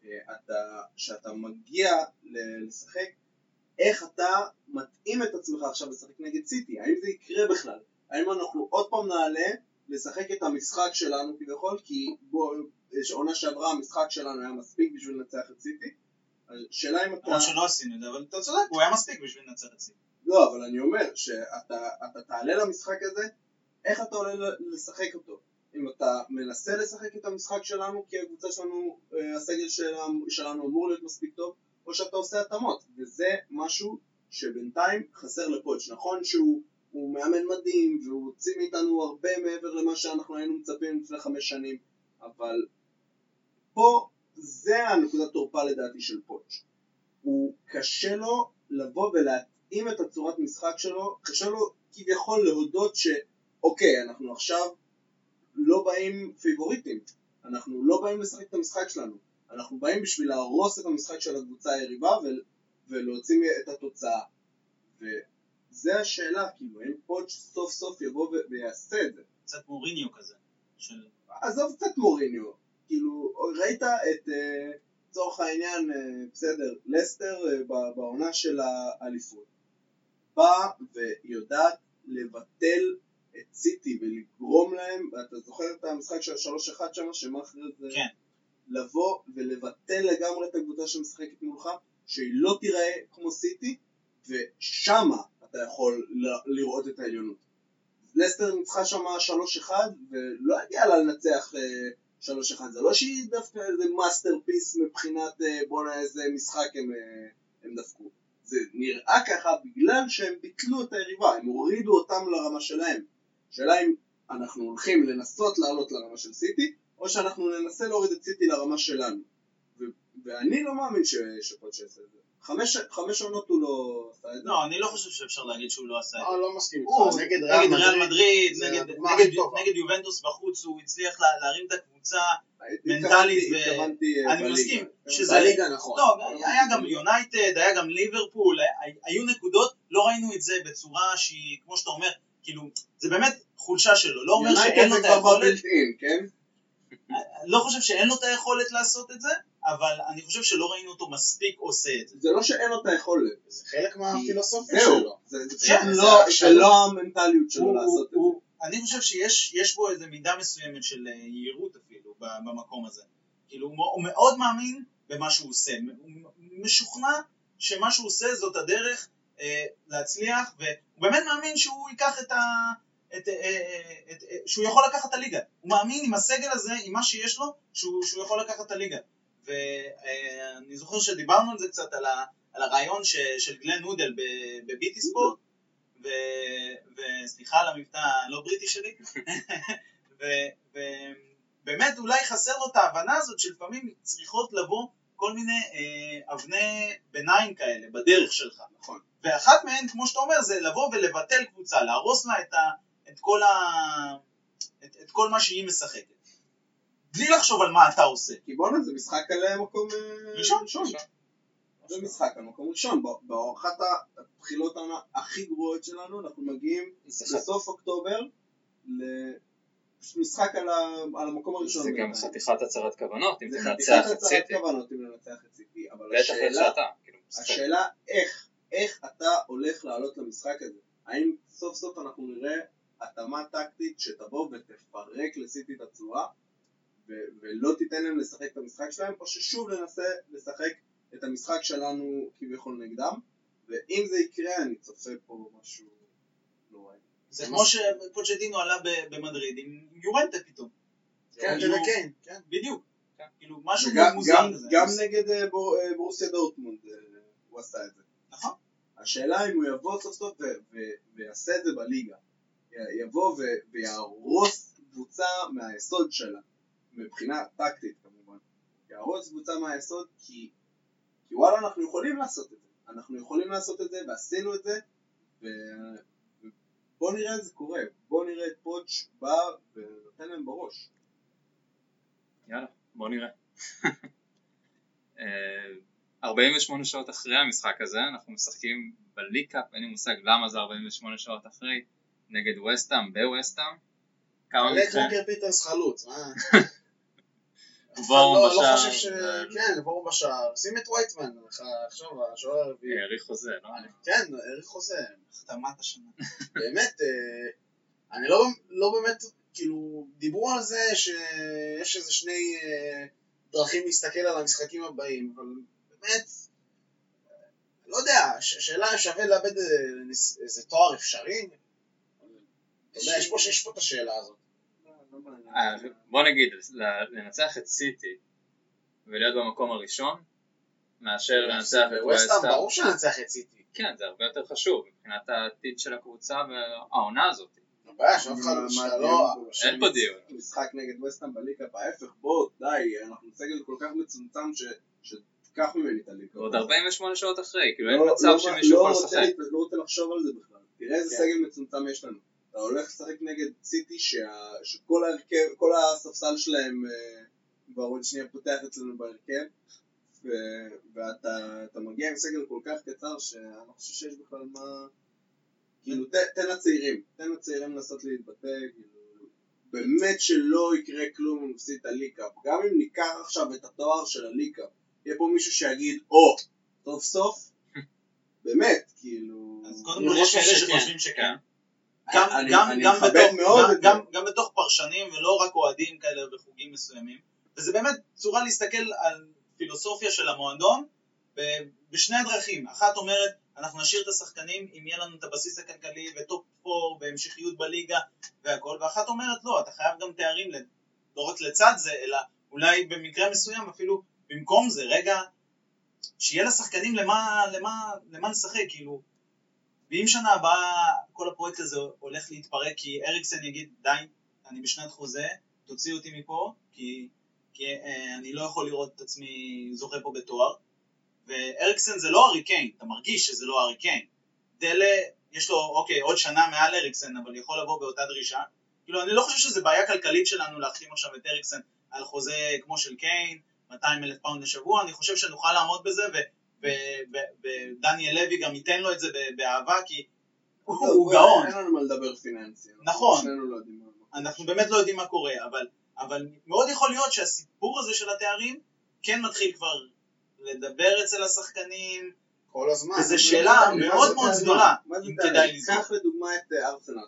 כשאתה מגיע לשחק, איך אתה מתאים את עצמך עכשיו לשחק נגד סיטי? האם זה יקרה בכלל? האם אנחנו עוד פעם נעלה לשחק את המשחק שלנו כביכול? כי עונה שעברה המשחק שלנו היה מספיק בשביל לנצח את סיטי. השאלה אם אתה... שלא עשינו את זה, אבל אתה צודק, הוא היה מספיק בשביל לנצח את סיטי. לא, אבל אני אומר שאתה תעלה למשחק הזה, איך אתה עולה לשחק אותו? אם אתה מנסה לשחק את המשחק שלנו, כי הקבוצה שלנו, הסגל שלנו אמור להיות מספיק טוב, או שאתה עושה התאמות, וזה משהו שבינתיים חסר לפוטש. נכון שהוא מאמן מדהים, והוא הוציא מאיתנו הרבה מעבר למה שאנחנו היינו מצפים לפני 5 שנים, אבל פה זה הנקודת תורפה לדעתי של פוטש. הוא קשה לו לבוא ולהתאים את הצורת משחק שלו, קשה לו כביכול להודות שאוקיי, אנחנו עכשיו לא באים פייבוריטים, אנחנו לא באים לשחק את המשחק שלנו, אנחנו באים בשביל להרוס את המשחק של הקבוצה היריבה ולהוציא את התוצאה. וזה השאלה, כאילו, האם פוטש סוף סוף יבוא ויעשה את זה? קצת מוריניו כזה. עזוב קצת מוריניו, כאילו, ראית את צורך העניין, בסדר, לסטר בעונה של האליפות. בא ויודעת לבטל את סיטי ולגרום להם, ואתה זוכר את המשחק של 3-1 שם, שמאחר את זה, כן. לבוא ולבטל לגמרי את הקבוצה שמשחקת מולך, שהיא לא תיראה כמו סיטי, ושמה אתה יכול לראות את העליונות. לסטר ניצחה שם 3-1, ולא הגיעה לה לנצח 3-1, זה לא שהיא דווקא איזה מאסטרפיס מבחינת בונה איזה משחק הם דפקו. זה נראה ככה בגלל שהם ביטלו את היריבה, הם הורידו אותם לרמה שלהם. שאלה אם אנחנו הולכים לנסות לעלות לרמה של סיטי, או שאנחנו ננסה להוריד את סיטי לרמה שלנו. ואני לא מאמין שפוטש יעשה את זה. 5 עונות הוא לא עשה את זה. לא, אני לא חושב שאפשר להגיד שהוא לא עשה את זה. לא מסכים איתך. נגד ריאל מדריד, נגד יובנטוס בחוץ, הוא הצליח להרים את הקבוצה מנטלית, ואני מסכים שזה... בליגה נכון. לא, היה גם יונייטד, היה גם ליברפול, היו נקודות, לא ראינו את זה בצורה שהיא, כמו שאתה אומר, כאילו, זה באמת חולשה שלו, לא אומר שאין לו את היכולת, לא חושב שאין לו את היכולת לעשות את זה, אבל אני חושב שלא ראינו אותו מספיק עושה את זה. זה לא שאין לו את היכולת, זה חלק מהפילוסופיה שלו. זה לא המנטליות שלו לעשות את זה. אני חושב שיש בו איזו מידה מסוימת של יהירות אפילו במקום הזה. כאילו הוא מאוד מאמין במה שהוא עושה, הוא משוכנע שמה שהוא עושה זאת הדרך להצליח, והוא באמת מאמין שהוא ייקח שהוא יכול לקחת את הליגה. הוא מאמין עם הסגל הזה, עם מה שיש לו, שהוא יכול לקחת את הליגה. ואני זוכר שדיברנו על זה קצת, על הרעיון של גלן נודל בביטי ספורט, וסליחה על המבטא לא בריטי שלי, ובאמת אולי חסר לו את ההבנה הזאת שלפעמים צריכות לבוא כל מיני אבני ביניים כאלה בדרך שלך. נכון. ואחת מהן, כמו שאתה אומר, זה לבוא ולבטל קבוצה, להרוס לה את כל מה שהיא משחקת. בלי לחשוב על מה אתה עושה. כי בוא'נה זה משחק על מקום ראשון. זה משחק על מקום ראשון. באחת הבחילות הכי גרועות שלנו אנחנו מגיעים בסוף אוקטובר למשחק על המקום הראשון. זה גם חתיכת הצהרת כוונות, אם זה תנצח חתיכת את הצהרת סיטי. כוונות אם לנצח את סיטי. אבל בטח לשעתה. השאלה איך אתה הולך לעלות למשחק הזה? האם סוף סוף אנחנו נראה התאמה טקטית שתבוא ותפרק לסיטי את הצורה ולא תיתן להם לשחק את המשחק שלהם, או ששוב ננסה לשחק את המשחק שלנו כביכול נגדם, ואם זה יקרה אני צופה פה משהו לא ראי. זה כמו שפוצ'טינו עלה במדריד עם יורנטה פתאום. כן, כן. בדיוק. כאילו משהו מוזר כזה. גם נגד ברוסיה דורטמונד הוא עשה את זה. נכון. השאלה אם הוא יבוא סוף סוף ויעשה את זה בליגה. יבוא ויהרוס קבוצה מהיסוד שלה, מבחינה טקטית כמובן. יהרוס קבוצה מהיסוד כי וואלה אנחנו יכולים לעשות את זה. אנחנו יכולים לעשות את זה ועשינו את זה ובוא נראה את זה קורה. בוא נראה את פוץ' בא ונותן להם בראש. יאללה, בוא נראה. 48 שעות אחרי המשחק הזה, אנחנו משחקים בליקאפ, אין לי מושג למה זה 48 שעות אחרי, נגד וסטהאם, בווסטהאם. קרוגר פיטרס חלוץ, מה? וורם לא בשער. חושב ש... כן, וורם בשער. שים את וייטמן, עכשיו השוער הרביעי. העריך חוזה, לא? כן, העריך חוזה. החתמת השנה. באמת, אני לא באמת, כאילו, דיברו על זה שיש איזה שני דרכים להסתכל על המשחקים הבאים, אבל באמת, לא יודע, שאלה שווה לאבד איזה תואר אפשרי? אתה יודע, יש פה את השאלה הזאת. בוא נגיד, לנצח את סיטי ולהיות במקום הראשון, מאשר לנצח את ווסטהאם, ווסטהאם. ברור שננצח את סיטי. כן, זה הרבה יותר חשוב מבחינת העתיד של הקבוצה והעונה הזאת. הבעיה שאף אחד לא... אין פה דיון. משחק נגד ווסטהאם בליגה, בהפך, בוא, די, אנחנו סגל כל כך מצומצם שתיקח ממני את הליגה. עוד 48 שעות אחרי, כאילו אין מצב שמישהו יכול לשחק. לא רוצה לחשוב על זה בכלל. תראה איזה סגל מצומצם יש לנו. אתה הולך לשחק נגד סיטי שכל ההרכב, כל הספסל שלהם כבר עוד שנייה פותח אצלנו בהרכב, ואתה מגיע עם סגל כל כך קצר שאני לא חושב שיש בכלל מה... כאילו, תן לצעירים לנסות להתבטא, כאילו, באמת שלא יקרה כלום אם נפסיד את הליקאפ. גם אם ניקח עכשיו את התואר של הליקאפ, יהיה פה מישהו שיגיד, סוף סוף, באמת, כאילו... אז קודם כל יש כאלה שחושבים שכן. אני מכבד מאוד את זה. גם בתוך פרשנים ולא רק אוהדים כאלה בחוגים מסוימים, וזה באמת צורה להסתכל על פילוסופיה של המועדון בשני הדרכים. אחת אומרת, אנחנו נשאיר את השחקנים אם יהיה לנו את הבסיס הכלכלי וטופ 4 והמשכיות בליגה והכל, ואחת אומרת לא, אתה חייב גם תארים לא רק לצד זה, אלא אולי במקרה מסוים אפילו במקום זה, רגע, שיהיה לשחקנים למה לשחק, כאילו, ואם שנה הבאה כל הפרויקט הזה הולך להתפרק כי אריקסן יגיד די, אני בשנת חוזה, תוציאו אותי מפה, כי אני לא יכול לראות את עצמי זוכה פה בתואר, ואריקסן זה לא ארי קיין, אתה מרגיש שזה לא ארי קיין. דלה, יש לו, עוד שנה מעל אריקסן, אבל יכול לבוא באותה דרישה. כאילו, אני לא חושב שזה בעיה כלכלית שלנו להחתים עכשיו את אריקסן על חוזה כמו של קיין, 200,000 פאונד לשבוע, אני חושב שנוכל לעמוד בזה, ודניאל לוי גם ייתן לו את זה באהבה, כי הוא גאון. אין לנו מה לדבר פיננסי. נכון. אנחנו באמת לא יודעים מה קורה, אבל מאוד יכול להיות שהסיפור הזה של התארים כן מתחיל כבר לדבר אצל השחקנים כל הזמן. וזו שאלה מאוד מאוד גדולה, אם כדאי לזכור. קח לדוגמה את ארסנל.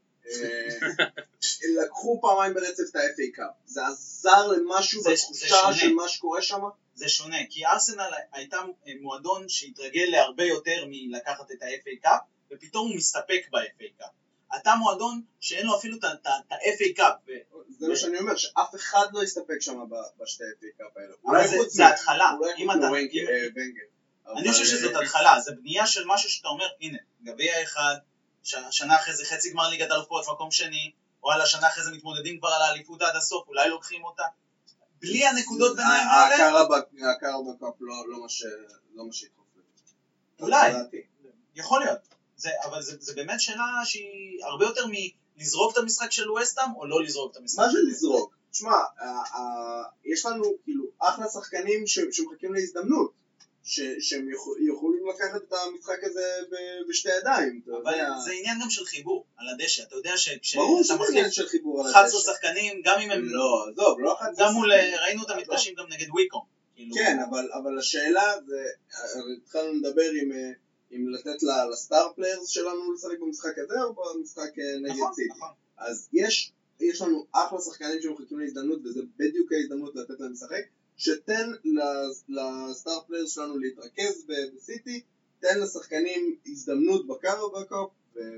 לקחו פעמיים ברצף את ה-FA קאפ. זה עזר למשהו בתחושה של מה שקורה שם? זה שונה, כי ארסנל הייתה מועדון שהתרגל להרבה יותר מלקחת את ה-FA קאפ, ופתאום הוא מסתפק ב-FA קאפ. אתה מועדון שאין לו אפילו את ה-FA קאפ. זה מה שאני אומר, שאף אחד לא יסתפק שם בשתי FA קאפ האלה. אבל זה התחלה. אני חושב שזאת התחלה, זה בנייה של משהו שאתה אומר, הנה, גביע אחד, שנה אחרי זה חצי גמר ליגת האלופות, מקום שני, או על השנה אחרי זה מתמודדים כבר על האליפות עד הסוף, אולי לוקחים אותה. בלי הנקודות ביניים האלה... הקרבקאפ לא מה שהתחופף. אולי, יכול להיות. אבל זה באמת שאלה שהיא הרבה יותר מלזרוק את המשחק של ווסטהאם, או לא לזרוק את המשחק. מה זה לזרוק? תשמע, יש לנו כאילו אחלה שחקנים שמחכים להזדמנות, שהם יכולים לקחת את המשחק הזה בשתי ידיים. אבל זה עניין גם של חיבור על הדשא, אתה יודע ברור שכשאתה שזה עניין של חיבור על 11 הדשא. שחקנים, גם אם הם... לא, עזוב, לא 11 גם מול, שחקנים. ראינו אותם מתקשים גם נגד וויקו. כן, אבל השאלה זה, התחלנו לדבר אם לתת לסטאר פליירס שלנו לשחק במשחק הזה או במשחק נגד סיטי. נכון. אז יש לנו אחלה שחקנים שמחכים להזדמנות, וזה בדיוק ההזדמנות לתת להם לשחק, שתן לסטאר פליירס שלנו להתרכז בסיטי, תן לשחקנים הזדמנות בקארבקופ,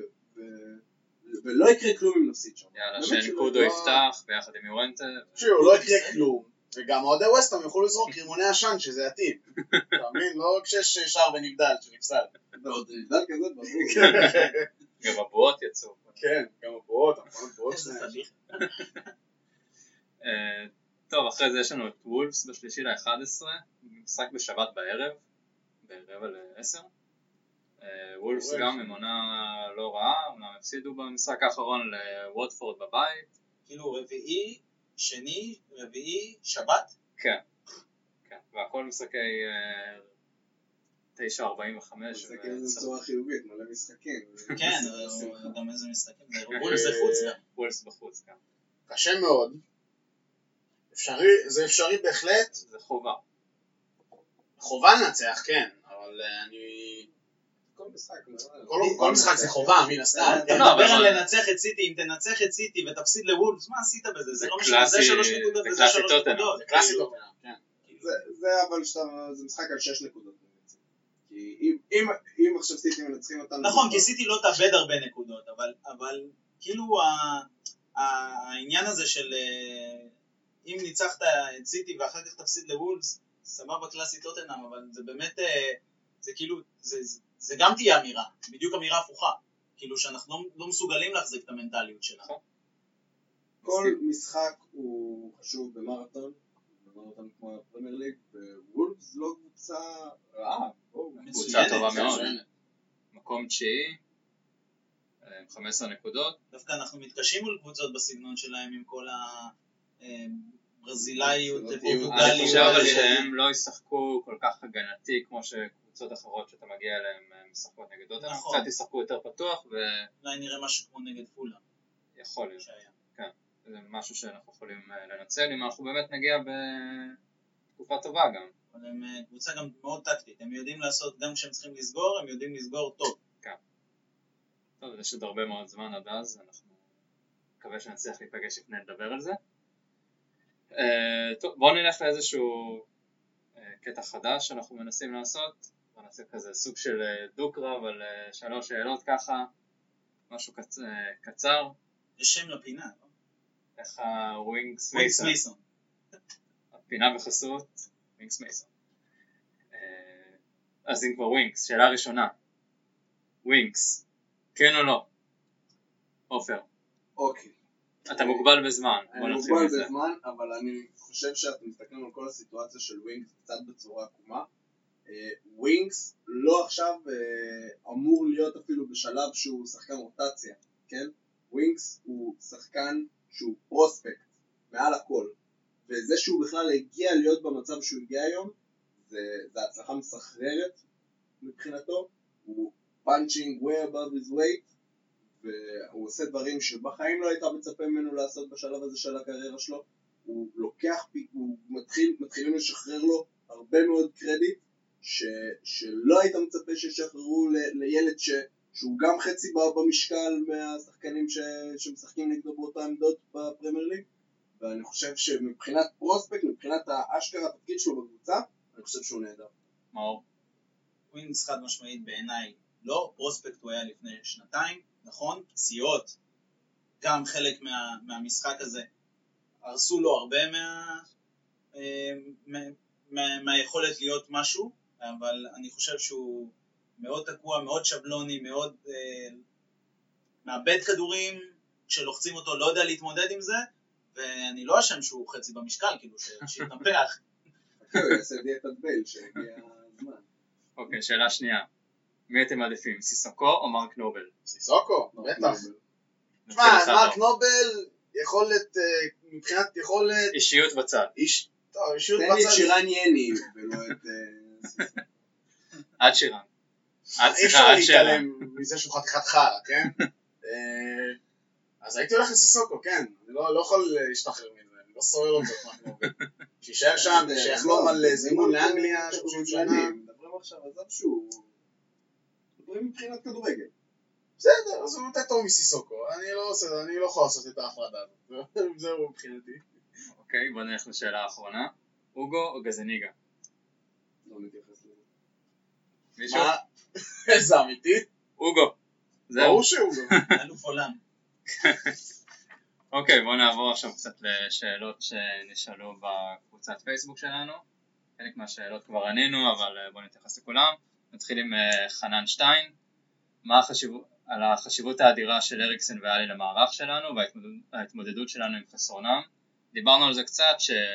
ולא יקרה כלום אם נפסיד שם. יאללה, שנקודו יפתח ביחד עם יורנטה. תקשיבו, לא יקרה כלום. וגם אוהדי ווסטהאם יוכלו לזרוק רימוני עשן שזה עתיד. אתה מבין? לא כשיש שער בנבדל שנפסל. ועוד נבדל כזה, ברור. גם הבועות יצאו. כן, גם הבועות, הבועות איזה שלהם. פדיחה. טוב, אחרי זה יש לנו את וולפס ב3/11, משחק בשבת בערב, ב9:45. וולפס גם עם עונה לא רעה, אומנם הפסידו במשחק האחרון לווטפורד בבית. כאילו רביעי, שני, רביעי, שבת? כן, והכל משחקי 9:45. זה כאילו זה צורה חיובית, מלא משחקים. כן, גם איזה משחקים, וולפס זה חוץ גם. וולפס בחוץ, כן. קשה מאוד. זה אפשרי בהחלט. זה חובה. חובה לנצח, כן, אבל אני... כל משחק זה חובה, מן הסתם. אתה מדבר על לנצח את סיטי, אם תנצח את סיטי ותפסיד לוולפס, מה עשית בזה? זה לא משנה, זה 3 נקודות וזה 3 נקודות. זה קלאסי טוטנהאם, כן. זה אבל זה משחק על 6 נקודות. כי אם עכשיו סיטי מנצחים אותנו... נכון, כי סיטי לא תאבד הרבה נקודות, אבל כאילו העניין הזה של אם ניצחת את סיטי ואחר כך תפסיד לוולפס, סבבה קלאסי טוטנהאם, אבל זה באמת, זה כאילו, זה גם תהיה אמירה, בדיוק אמירה הפוכה, כאילו שאנחנו לא מסוגלים להחזיק את המנטליות שלנו. כל משחק הוא חשוב במרתון כמו הפרמייר ליג, ווולפס לא קבוצה רעה, קבוצה טובה מאוד. מקום 9, 15 נקודות. דווקא אנחנו מתקשים מול קבוצות בסגנון שלהם עם כל הברזילאיות, פורטוגליות. אני חושב אבל שהם לא ישחקו כל כך הגנתי כמו שקבוצות אחרות שאתה מגיע אליהם משחקות נגד אותם. קצת ישחקו יותר פתוח אולי נראה משהו כמו נגד פולה. יכול להיות. כן. זה משהו שאנחנו יכולים לנצל אם אנחנו באמת נגיע בתקופה טובה גם. אבל הם קבוצה גם מאוד טקטית, הם יודעים לעשות גם כשהם צריכים לסגור, הם יודעים לסגור טוב. כן. טוב, יש עוד הרבה מאוד זמן עד אז, אנחנו מקווה שנצליח להיפגש לפני לדבר על זה. טוב, בואו נלך לאיזשהו קטע חדש שאנחנו מנסים לעשות, בואו נעשה כזה סוג של דו-קרב על 3 שאלות ככה, משהו קצר. יש שם לפינה, לא? איך הווינגס מייסון. הפינה בחסות ווינגס מייסון. אז אם כבר ווינגס, שאלה ראשונה. ווינגס, כן או לא? עופר. אוקיי. אתה מוגבל בזמן. אני מוגבל בזמן, אבל אני חושב שאתם מסתכלים על כל הסיטואציה של ווינגס קצת בצורה עקומה. ווינגס לא עכשיו אמור להיות אפילו בשלב שהוא שחקן רוטציה, כן? ווינגס הוא שחקן שהוא פרוספקט, מעל הכל. וזה שהוא בכלל הגיע להיות במצב שהוא הגיע היום, זה הצלחה מסחררת מבחינתו. הוא punching way above his weight, והוא עושה דברים שבחיים לא הייתה מצפה ממנו לעשות בשלב הזה של הקריירה שלו. הוא לוקח, מתחילים לשחרר לו הרבה מאוד קרדיט, שלא היית מצפה ששחררו לילד שהוא גם חצי במשקל מהשחקנים שמשחקים נגדו באותה עמדות בפרמייר ליג. ואני חושב שמבחינת פרוספקט, מבחינת האשכרה התפקיד שלו בקבוצה, אני חושב שהוא נהדר. מאור? ווינגס חד משמעית בעיניי לא, פרוספקט הוא היה לפני 2 נכון, פציעות, גם חלק מהמשחק הזה הרסו לו הרבה מהיכולת להיות משהו, אבל אני חושב שהוא מאוד תקוע, מאוד שבלוני, מאוד מאבד כדורים, כשלוחצים אותו לא יודע להתמודד עם זה, ואני לא אשם שהוא חצי במשקל, כאילו שיתנפח. הוא יעשה דיאטת בייל שהגיע הזמן. אוקיי, שאלה שנייה. מי אתם מעדיפים, סיסוקו או מרק נובל? סיסוקו, בטח. תשמע, מרק נובל יכולת, מבחינת יכולת... אישיות בצד. אישיות תן לי את בצד... שירן יני, ולא את... עד שירן. אי אפשר להתעלם מזה שהוא חתיכת חרא, כן? אז הייתי הולך לסיסוקו, כן. אני לא יכול להשתחרר מזה, אני לא סורר אותו כמו אני עובד. שישאר שם, שיחלום על זימון לאנגליה, 30 שנה. מדברים עכשיו, עזוב שהוא... מדברים מבחינת כדורגל. בסדר, אז הוא יותר טוב מסיסוקו. אני לא יכול לעשות את ההפרדה הזאת. זהו מבחינתי. אוקיי, בוא נלך לשאלה האחרונה. אוגו או גזניגה? לא מתייחס לזה. מישהו? מה? איזה אמיתי? אוגו. זהו. ברור שהוא גם. אלוף עולם. אוקיי, בואו נעבור עכשיו קצת לשאלות שנשאלו בקבוצת פייסבוק שלנו. חלק מהשאלות כבר ענינו, אבל בואו נתייחס לכולם. נתחיל עם חנן שטיין. על החשיבות האדירה של אריקסן ואלי למערך שלנו וההתמודדות שלנו עם חסרונם. דיברנו על זה קצת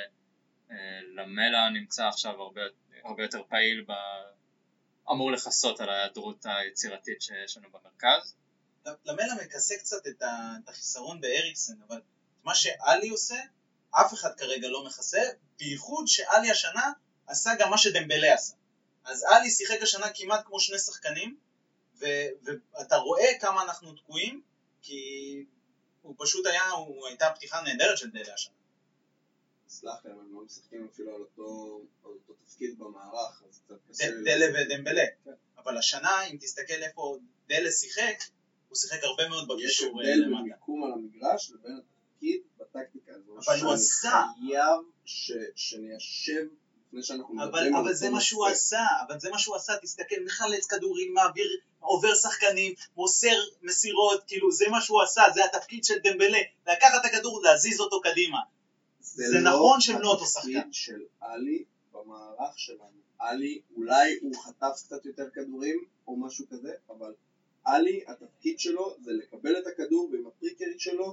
שלמלה נמצא עכשיו הרבה יותר פעיל, אמור לחסות על ההיעדרות היצירתית שיש לנו במרכז. למלה מכסה קצת את החיסרון באריקסן, אבל מה שאלי עושה, אף אחד כרגע לא מכסה, בייחוד שאלי השנה עשה גם מה שדמבלה עשה. אז אלי שיחק השנה כמעט כמו שני שחקנים, ואתה רואה כמה אנחנו תקועים, כי הוא פשוט הייתה פתיחה נהדרת של דלה השנה. סלח להם, הם לא משחקים אפילו על אותו תפקיד במערך, אז קצת קשה... דלה ודמבלה. אבל השנה, אם תסתכל איפה דלה שיחק, הוא שיחק הרבה מאוד בקישור למטה. יש הבדל במיקום על המגרש לבין התפקיד בטקטיקה. אבל הוא עשה. חייב שניישב לפני שאנחנו מדברים. אבל זה מה שהוא עשה, תסתכל, מחלץ כדורים, מעביר, עובר שחקנים, מוסר מסירות, כאילו זה מה שהוא עשה, זה התפקיד של דמבלה, לקחת את הכדור, להזיז אותו קדימה. זה נכון שהם לא אותו שחקן. זה לא התפקיד של אלי במערך שלנו. אלי, אולי הוא חטף קצת יותר כדורים או משהו כזה, אבל אלי, התפקיד שלו זה לקבל את הכדור ועם הטריקרית שלו,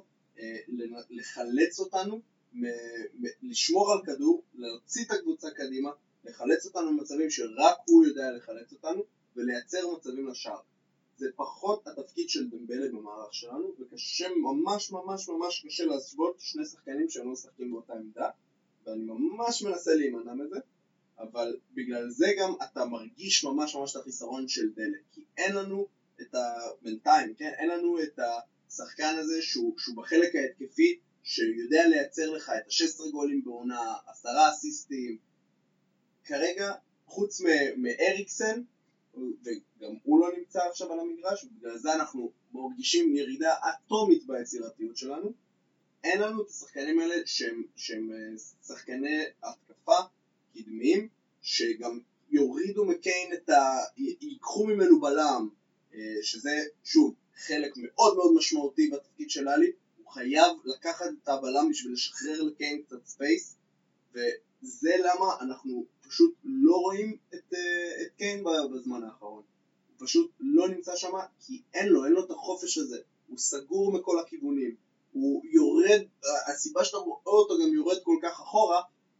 לחלץ אותנו, לשמור על כדור, להוציא את הקבוצה קדימה, לחלץ אותנו במצבים שרק הוא יודע לחלץ אותנו, ולייצר מצבים לשער. זה פחות התפקיד של דמבלה במערך שלנו, וקשה ממש ממש ממש קשה להשוות שני שחקנים שהם לא משחקים באותה עמדה, ואני ממש מנסה להימנע מזה, אבל בגלל זה גם אתה מרגיש ממש ממש את החיסרון של דלה, כי אין לנו את הבינתיים, כן? אין לנו את השחקן הזה שהוא בחלק ההתקפי, שיודע לייצר לך את 16 גולים בעונה, 10 אסיסטים. כרגע, חוץ מאריקסן, וגם הוא לא נמצא עכשיו על המגרש, ובגלל זה אנחנו מרגישים ירידה אטומית ביצירתיות שלנו. אין לנו את השחקנים האלה שהם שחקני התקפה קדמיים, שגם יורידו מקיין ייקחו ממנו בלם, שזה שוב חלק מאוד מאוד משמעותי בתפקיד של אלי. הוא חייב לקחת את הבלם בשביל לשחרר לקיין קצת ספייס, וזה למה אנחנו פשוט לא רואים את קיין בזמן האחרון. הוא פשוט לא נמצא שם, כי אין לו את החופש הזה. הוא סגור מכל הכיוונים. הוא יורד, הסיבה שאתה רואה אותו גם יורד כל כך אחורה,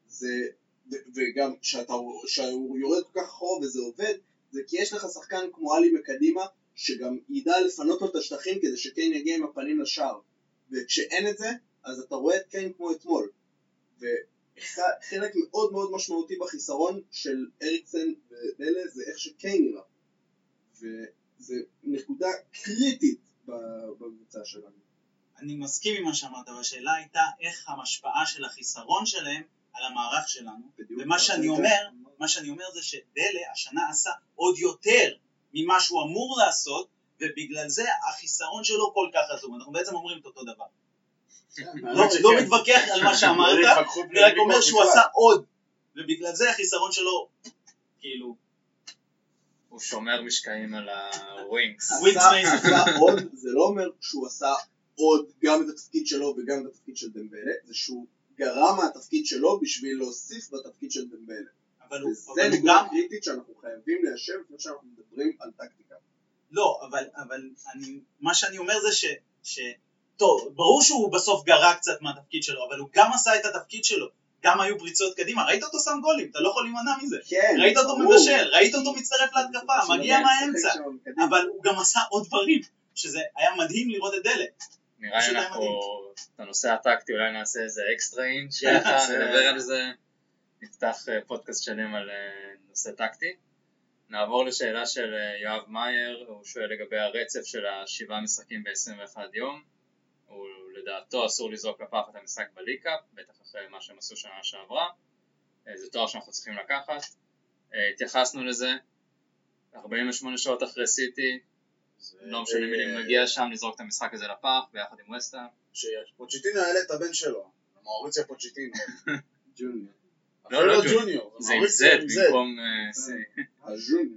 וגם שהוא יורד כל כך אחורה וזה עובד, זה כי יש לך שחקן כמו אלי מקדימה, שגם ידע לפנות לו את השטחים כדי שקיין יגיע עם הפנים לשער. וכשאין את זה, אז אתה רואה את קיין כמו אתמול. וחלק מאוד מאוד משמעותי בחיסרון של אריקסן ודלה זה איך שקיין נראה. וזה נקודה קריטית בקבוצה שלנו. אני מסכים עם מה שאמרת, והשאלה הייתה איך המשפעה של החיסרון שלהם על המערך שלנו. ומה שאני אומר זה שדלה השנה עשה עוד יותר ממה שהוא אמור לעשות, ובגלל זה החיסרון שלו כל כך עצום. אנחנו בעצם אומרים את אותו דבר. לא מתווכח על מה שאמרת, אני רק אומר שהוא עשה עוד, ובגלל זה החיסרון שלו, כאילו... הוא שומר משקעים על הווינקס. עשה עוד, זה לא אומר שהוא עשה עוד גם את התפקיד שלו וגם את התפקיד של דמבלה, זה שהוא גרם מהתפקיד שלו בשביל להוסיף בתפקיד של דמבלה. וזה נקודה קריטית שאנחנו חייבים ליישב לפני שאנחנו מדברים על טקטיקה. לא, אבל מה שאני אומר זה טוב, ברור שהוא בסוף גרע קצת מהתפקיד שלו, אבל הוא גם עשה את התפקיד שלו, גם היו פריצות קדימה, ראית אותו שם גולים, אתה לא יכול להימנע מזה, כן, ראית אותו מבשל, ראית אותו מצטרף להתקפה, מגיע מהאמצע, אבל הוא גם עשה עוד דברים, שזה היה מדהים לראות את דלה. נראה לי פשוט היה אנחנו, מדהים. את הנושא הטקטי אולי נעשה איזה אקסטרה אינץ' כן, ככה, זה- נדבר על זה, נפתח פודקאסט שלם על נושא טקטי. נעבור לשאלה של יואב מאייר, הוא שואל לגבי הרצף של ה7 משחקים ב-21 יום. הוא לדעתו אסור לזרוק לפח את המשחק בליקאפ, בטח אחרי מה שהם עשו שנה שעברה. זה תואר שאנחנו צריכים לקחת. התייחסנו לזה, 48 שעות אחרי סיטי, לא משנה מי מגיע שם לזרוק את המשחק הזה לפח ביחד עם וסטהאם. שפוצ'טינו העלה את הבן שלו, מאוריציו פוצ'טינו. ג'וניור. לא ג'וניור, זה עם Z במקום C. הג'וניור.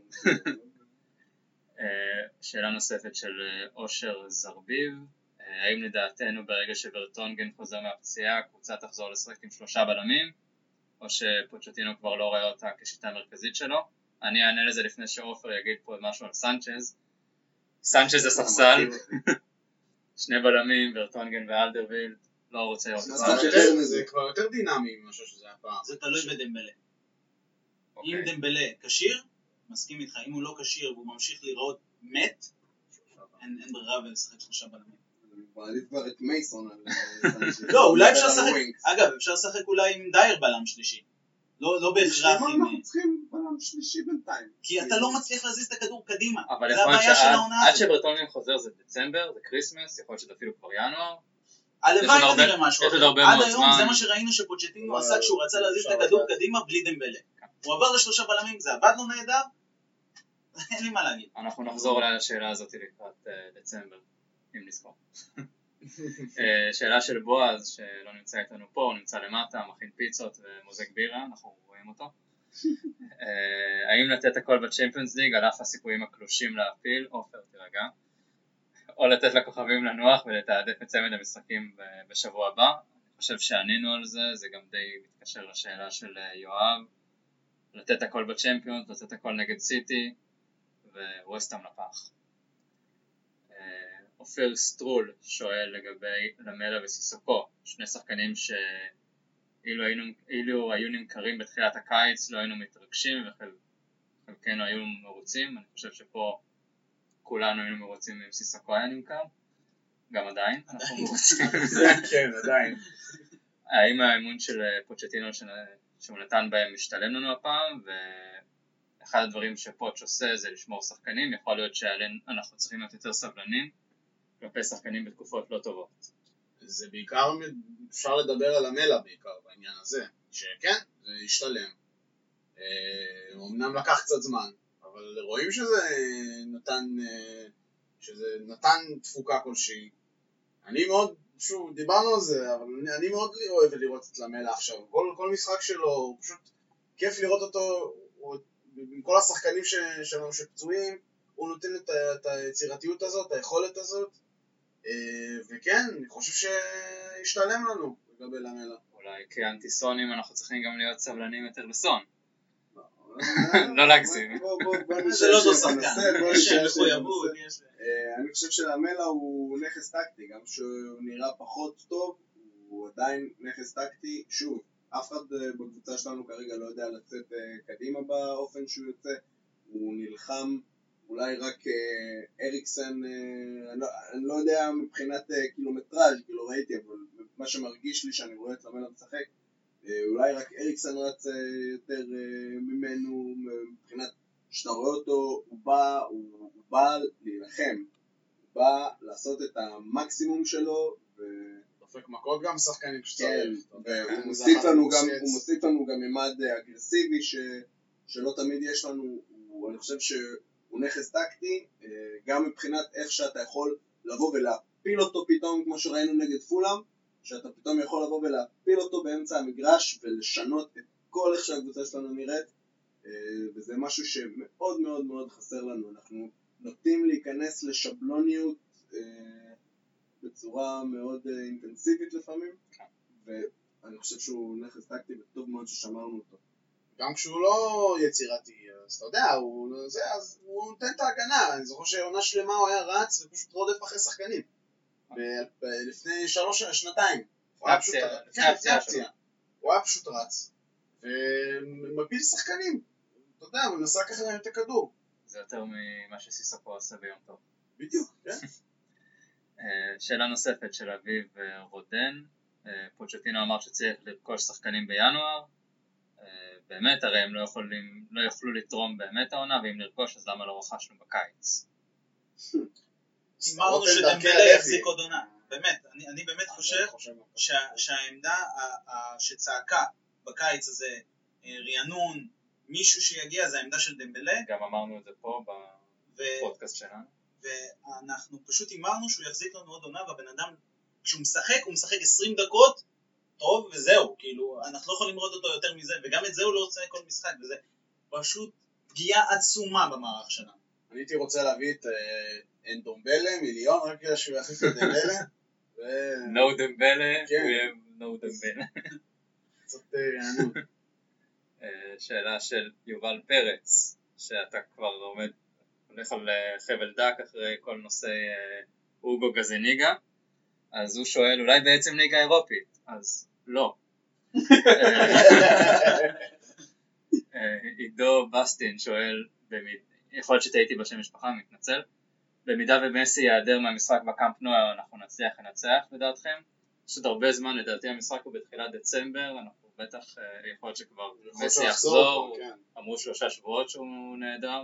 שאלה נוספת של אושר זרביב, האם לדעתנו ברגע שברטונגן חוזר מהפציעה הקבוצה תחזור לשחק עם 3 בלמים, או שפוצ'טינו כבר לא רואה אותה כשיטה מרכזית שלו? אני אענה לזה לפני שאופר יגיד פה משהו על סנצ'ז. סנצ'ז זה ספסל, 2 בלמים, ברטונגן ואלדרווילד, לא רוצה לראות את זה. זה כבר יותר דינמי ממה שזה היה פעם. זה תלוי בדמבלה. אוקיי. אם דמבלה כשיר, מסכים איתך, אם הוא לא כשיר והוא ממשיך לראות מת, אין ברירה ולשחק 3 בלמים. אני מעדיף כבר את מייסון על סנצ'ז. לא, אולי אפשר על לשחק, הווינגס. אגב, אפשר לשחק אולי עם דייר בלם שלישי. לא בהכרח למה עם... אנחנו צריכים בלם שלישי בינתיים? כי אתה לא מצליח להזיז את הכדור קדימה. אבל זה יכול להיות הבעיה של העונה שעד הזאת. שברטונגן חוזר זה דצמבר, זה קריסמס, יכול להיות שזה אפילו כבר ינואר. הלוואי יש עוד ונראה הרבה- משהו יש עוד אחר. הרבה עד מאוד היום זמן. זה מה שראינו שפוצ'טינו אבל- עשה כשהוא רצה להזיז את אפשר הכדור לדעת. קדימה בלי דמבלה. הוא עבר ל3 בלמים, זה עבד לו נהדר? אין לי מה להגיד. אנחנו נחזור לשאלה הזאת לקראת דצמבר, אם נזכור. שאלה של בועז, שלא נמצא איתנו פה, הוא נמצא למטה, מכין פיצות ומוזג בירה, אנחנו רואים אותו. האם לתת הכל בצ'מפיונס ליג על אף הסיכויים הקלושים להפיל, עופר תירגע, או לתת לכוכבים לנוח ולתעדף את צמד המשחקים בשבוע הבא? אני חושב שענינו על זה, זה גם די מתקשר לשאלה של יואב, לתת הכל בצ'מפיונס, לתת הכל נגד סיטי, וווסטהאם לפח. אופיר סטרול שואל לגבי למלה וסיסוקו, 2 שחקנים שאילו היו נמכרים בתחילת הקיץ לא היינו מתרגשים וחלקנו היו מרוצים. אני חושב שפה כולנו היינו מרוצים אם סיסוקו היה נמכר, גם עדיין אנחנו מרוצים. כן, עדיין. האם האמון של פוצ'טינו שהוא נתן בהם משתלם לנו הפעם, ואחד הדברים שפוץ' עושה זה לשמור שחקנים, יכול להיות שאנחנו צריכים להיות יותר סבלנים כלפי שחקנים בתקופות לא טובות. זה בעיקר, אפשר לדבר על המלה בעיקר בעניין הזה, שכן, זה השתלם. אמנם לקח קצת זמן, אבל רואים שזה נתן תפוקה כלשהי. אני מאוד, שוב, דיברנו על זה, אבל אני מאוד אוהב לראות את למלה עכשיו. כל משחק שלו, הוא פשוט כיף לראות אותו, עם כל השחקנים שלנו שפצועים, הוא נותן את היצירתיות הזאת, היכולת הזאת, וכן, אני חושב שהשתלם לנו לגבי למלה. אולי כאנטיסונים אנחנו צריכים גם להיות סבלנים יותר לסון. לא להגזים. זה לא אותו שחקן, יש מחויבות. אני חושב שלמלה הוא נכס טקטי, גם שהוא נראה פחות טוב, הוא עדיין נכס טקטי. שוב, אף אחד בקבוצה שלנו כרגע לא יודע לצאת קדימה באופן שהוא יוצא, הוא נלחם, אולי רק אריקסן, אני לא יודע מבחינת קילומטראז' כי לא ראיתי, אבל מה שמרגיש לי שאני רואה את למלה משחק, אולי רק אריקסן רץ יותר ממנו, מבחינת שאתה רואה אותו, הוא בא להילחם, הוא בא לעשות את המקסימום שלו, דופק מכות גם שחקנים כן, שצריך. הוא מוסיף לנו גם ממד אגרסיבי שלא תמיד יש לנו. אני חושב שהוא נכס טקטי, גם מבחינת איך שאתה יכול לבוא ולהפיל אותו פתאום, כמו שראינו נגד פולאם, שאתה פתאום יכול לבוא ולהפיל אותו באמצע המגרש ולשנות את כל איך שהקבוצה שלנו נראית, וזה משהו שמאוד מאוד מאוד חסר לנו. אנחנו נוטים להיכנס לשבלוניות בצורה מאוד אינטנסיבית לפעמים, ואני חושב שהוא נכס טקטי וטוב מאוד ששמרנו אותו. גם כשהוא לא יצירתי, אז אתה יודע, אז הוא נותן את ההגנה. אני זוכר שעונה שלמה הוא היה רץ ופשוט רודף אחרי שחקנים. לפני 2 הוא היה פשוט רץ ומפיל שחקנים, אתה יודע, הוא מנסה לקחת להם את הכדור. זה יותר ממה שסיסוקו עושה ביום טוב. בדיוק, כן. שאלה נוספת של אביב רודן, פוצ'טינו אמר שצריך לרכוש שחקנים בינואר, באמת הרי הם לא יוכלו לתרום באמת העונה, ואם נרכוש אז למה לא רכשנו בקיץ? אמרנו שדמבלה יחזיק עוד עונה, באמת, אני באמת חושב שהעמדה שצעקה בקיץ הזה, ריענון, מישהו שיגיע, זה העמדה של דמבלה. גם אמרנו את זה פה בפודקאסט שלנו. ואנחנו פשוט אמרנו שהוא יחזיק לנו עוד עונה, והבן אדם, כשהוא משחק, הוא משחק 20 דקות, טוב, וזהו, כאילו, אנחנו לא יכולים לראות אותו יותר מזה, וגם את זה הוא לא רוצה כל משחק, וזה פשוט פגיעה עצומה במערך שלנו. אני הייתי רוצה להביא את דמבלה, מיליון, רק כדי שהוא יחליף את דמבלה. No דמבלה, no דמבלה. קצת רענון. שאלה של יובל פרץ, שאתה כבר הולך על חבל דק אחרי כל נושא אוגו גזניגה, אז הוא שואל, אולי בעצם ליגה אירופית? אז לא. עידו בסטין שואל, יכול להיות שתהייתי בשם משפחה, מתנצל, במידה ומסי יעדר מהמשחק בקאמפ נו, אנחנו נצליח לנצח בדעתכם? יש עוד הרבה זמן, לדעתי המשחק הוא בתחילת דצמבר, אנחנו בטח יכול להיות שכבר מסי יחזור, אמרו 3 שבועות שהוא נהדר.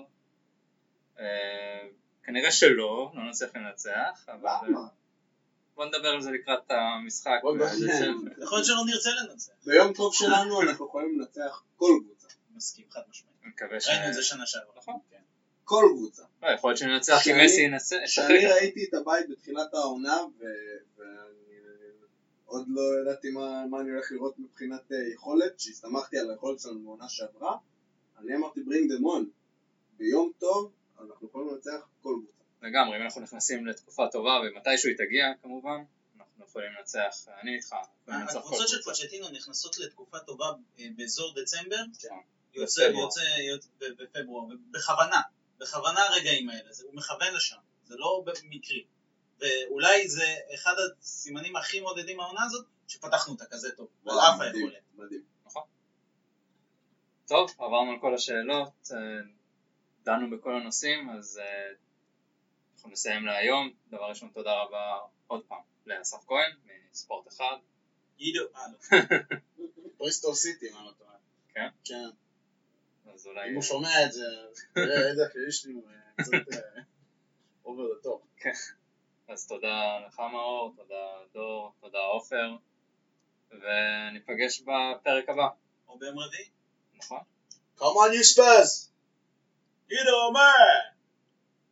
כנראה שלא, לא נצליח לנצח, אבל בוא נדבר על זה לקראת המשחק בדצמבר. יכול להיות שלא נרצה לנצח. ביום טוב שלנו אנחנו יכולים לנצח כל קבוצה. מסכים, חד משמעית. מקווה ראינו את זה שנה שעברה. נכון. כל קבוצה. לא, יכול להיות שננצח כי מסי ינצח. כשאני ראיתי את הבית בתחילת העונה ואני עוד לא ידעתי מה אני הולך לראות מבחינת יכולת, שהסתמכתי על היכולת שלנו בעונה שעברה, אני אמרתי bring them on. ביום טוב אנחנו יכולים לנצח כל קבוצה. לגמרי, אם אנחנו נכנסים לתקופה טובה ומתישהו היא תגיע כמובן, אנחנו יכולים לנצח, אני איתך. הקבוצות של פוצ'טינו נכנסות לתקופה טובה באזור דצמבר, יוצא בפברואר, בכוונה הרגעים האלה, הוא מכוון לשם, זה לא במקרי. ואולי זה אחד הסימנים הכי מעודדים מהעונה הזאת, שפתחנו אותה כזה טוב, על אף היכולת. מדהים. נכון. טוב, עברנו על כל השאלות, דנו בכל הנושאים, אז אנחנו נסיים להיום. דבר ראשון, תודה רבה עוד פעם לאסף כהן מספורט אחד. יידו, בריסטול סיטי, מה לא טועה. כן? כן. אז אולי... אם הוא שומע את זה, תראה איזה יש לי קצת אובר דה טופ. כן. אז תודה לך מאור, תודה דור, תודה עופר, וניפגש בפרק הבא. או ביום רביעי. נכון? Come on you Spurs! יידו, מה?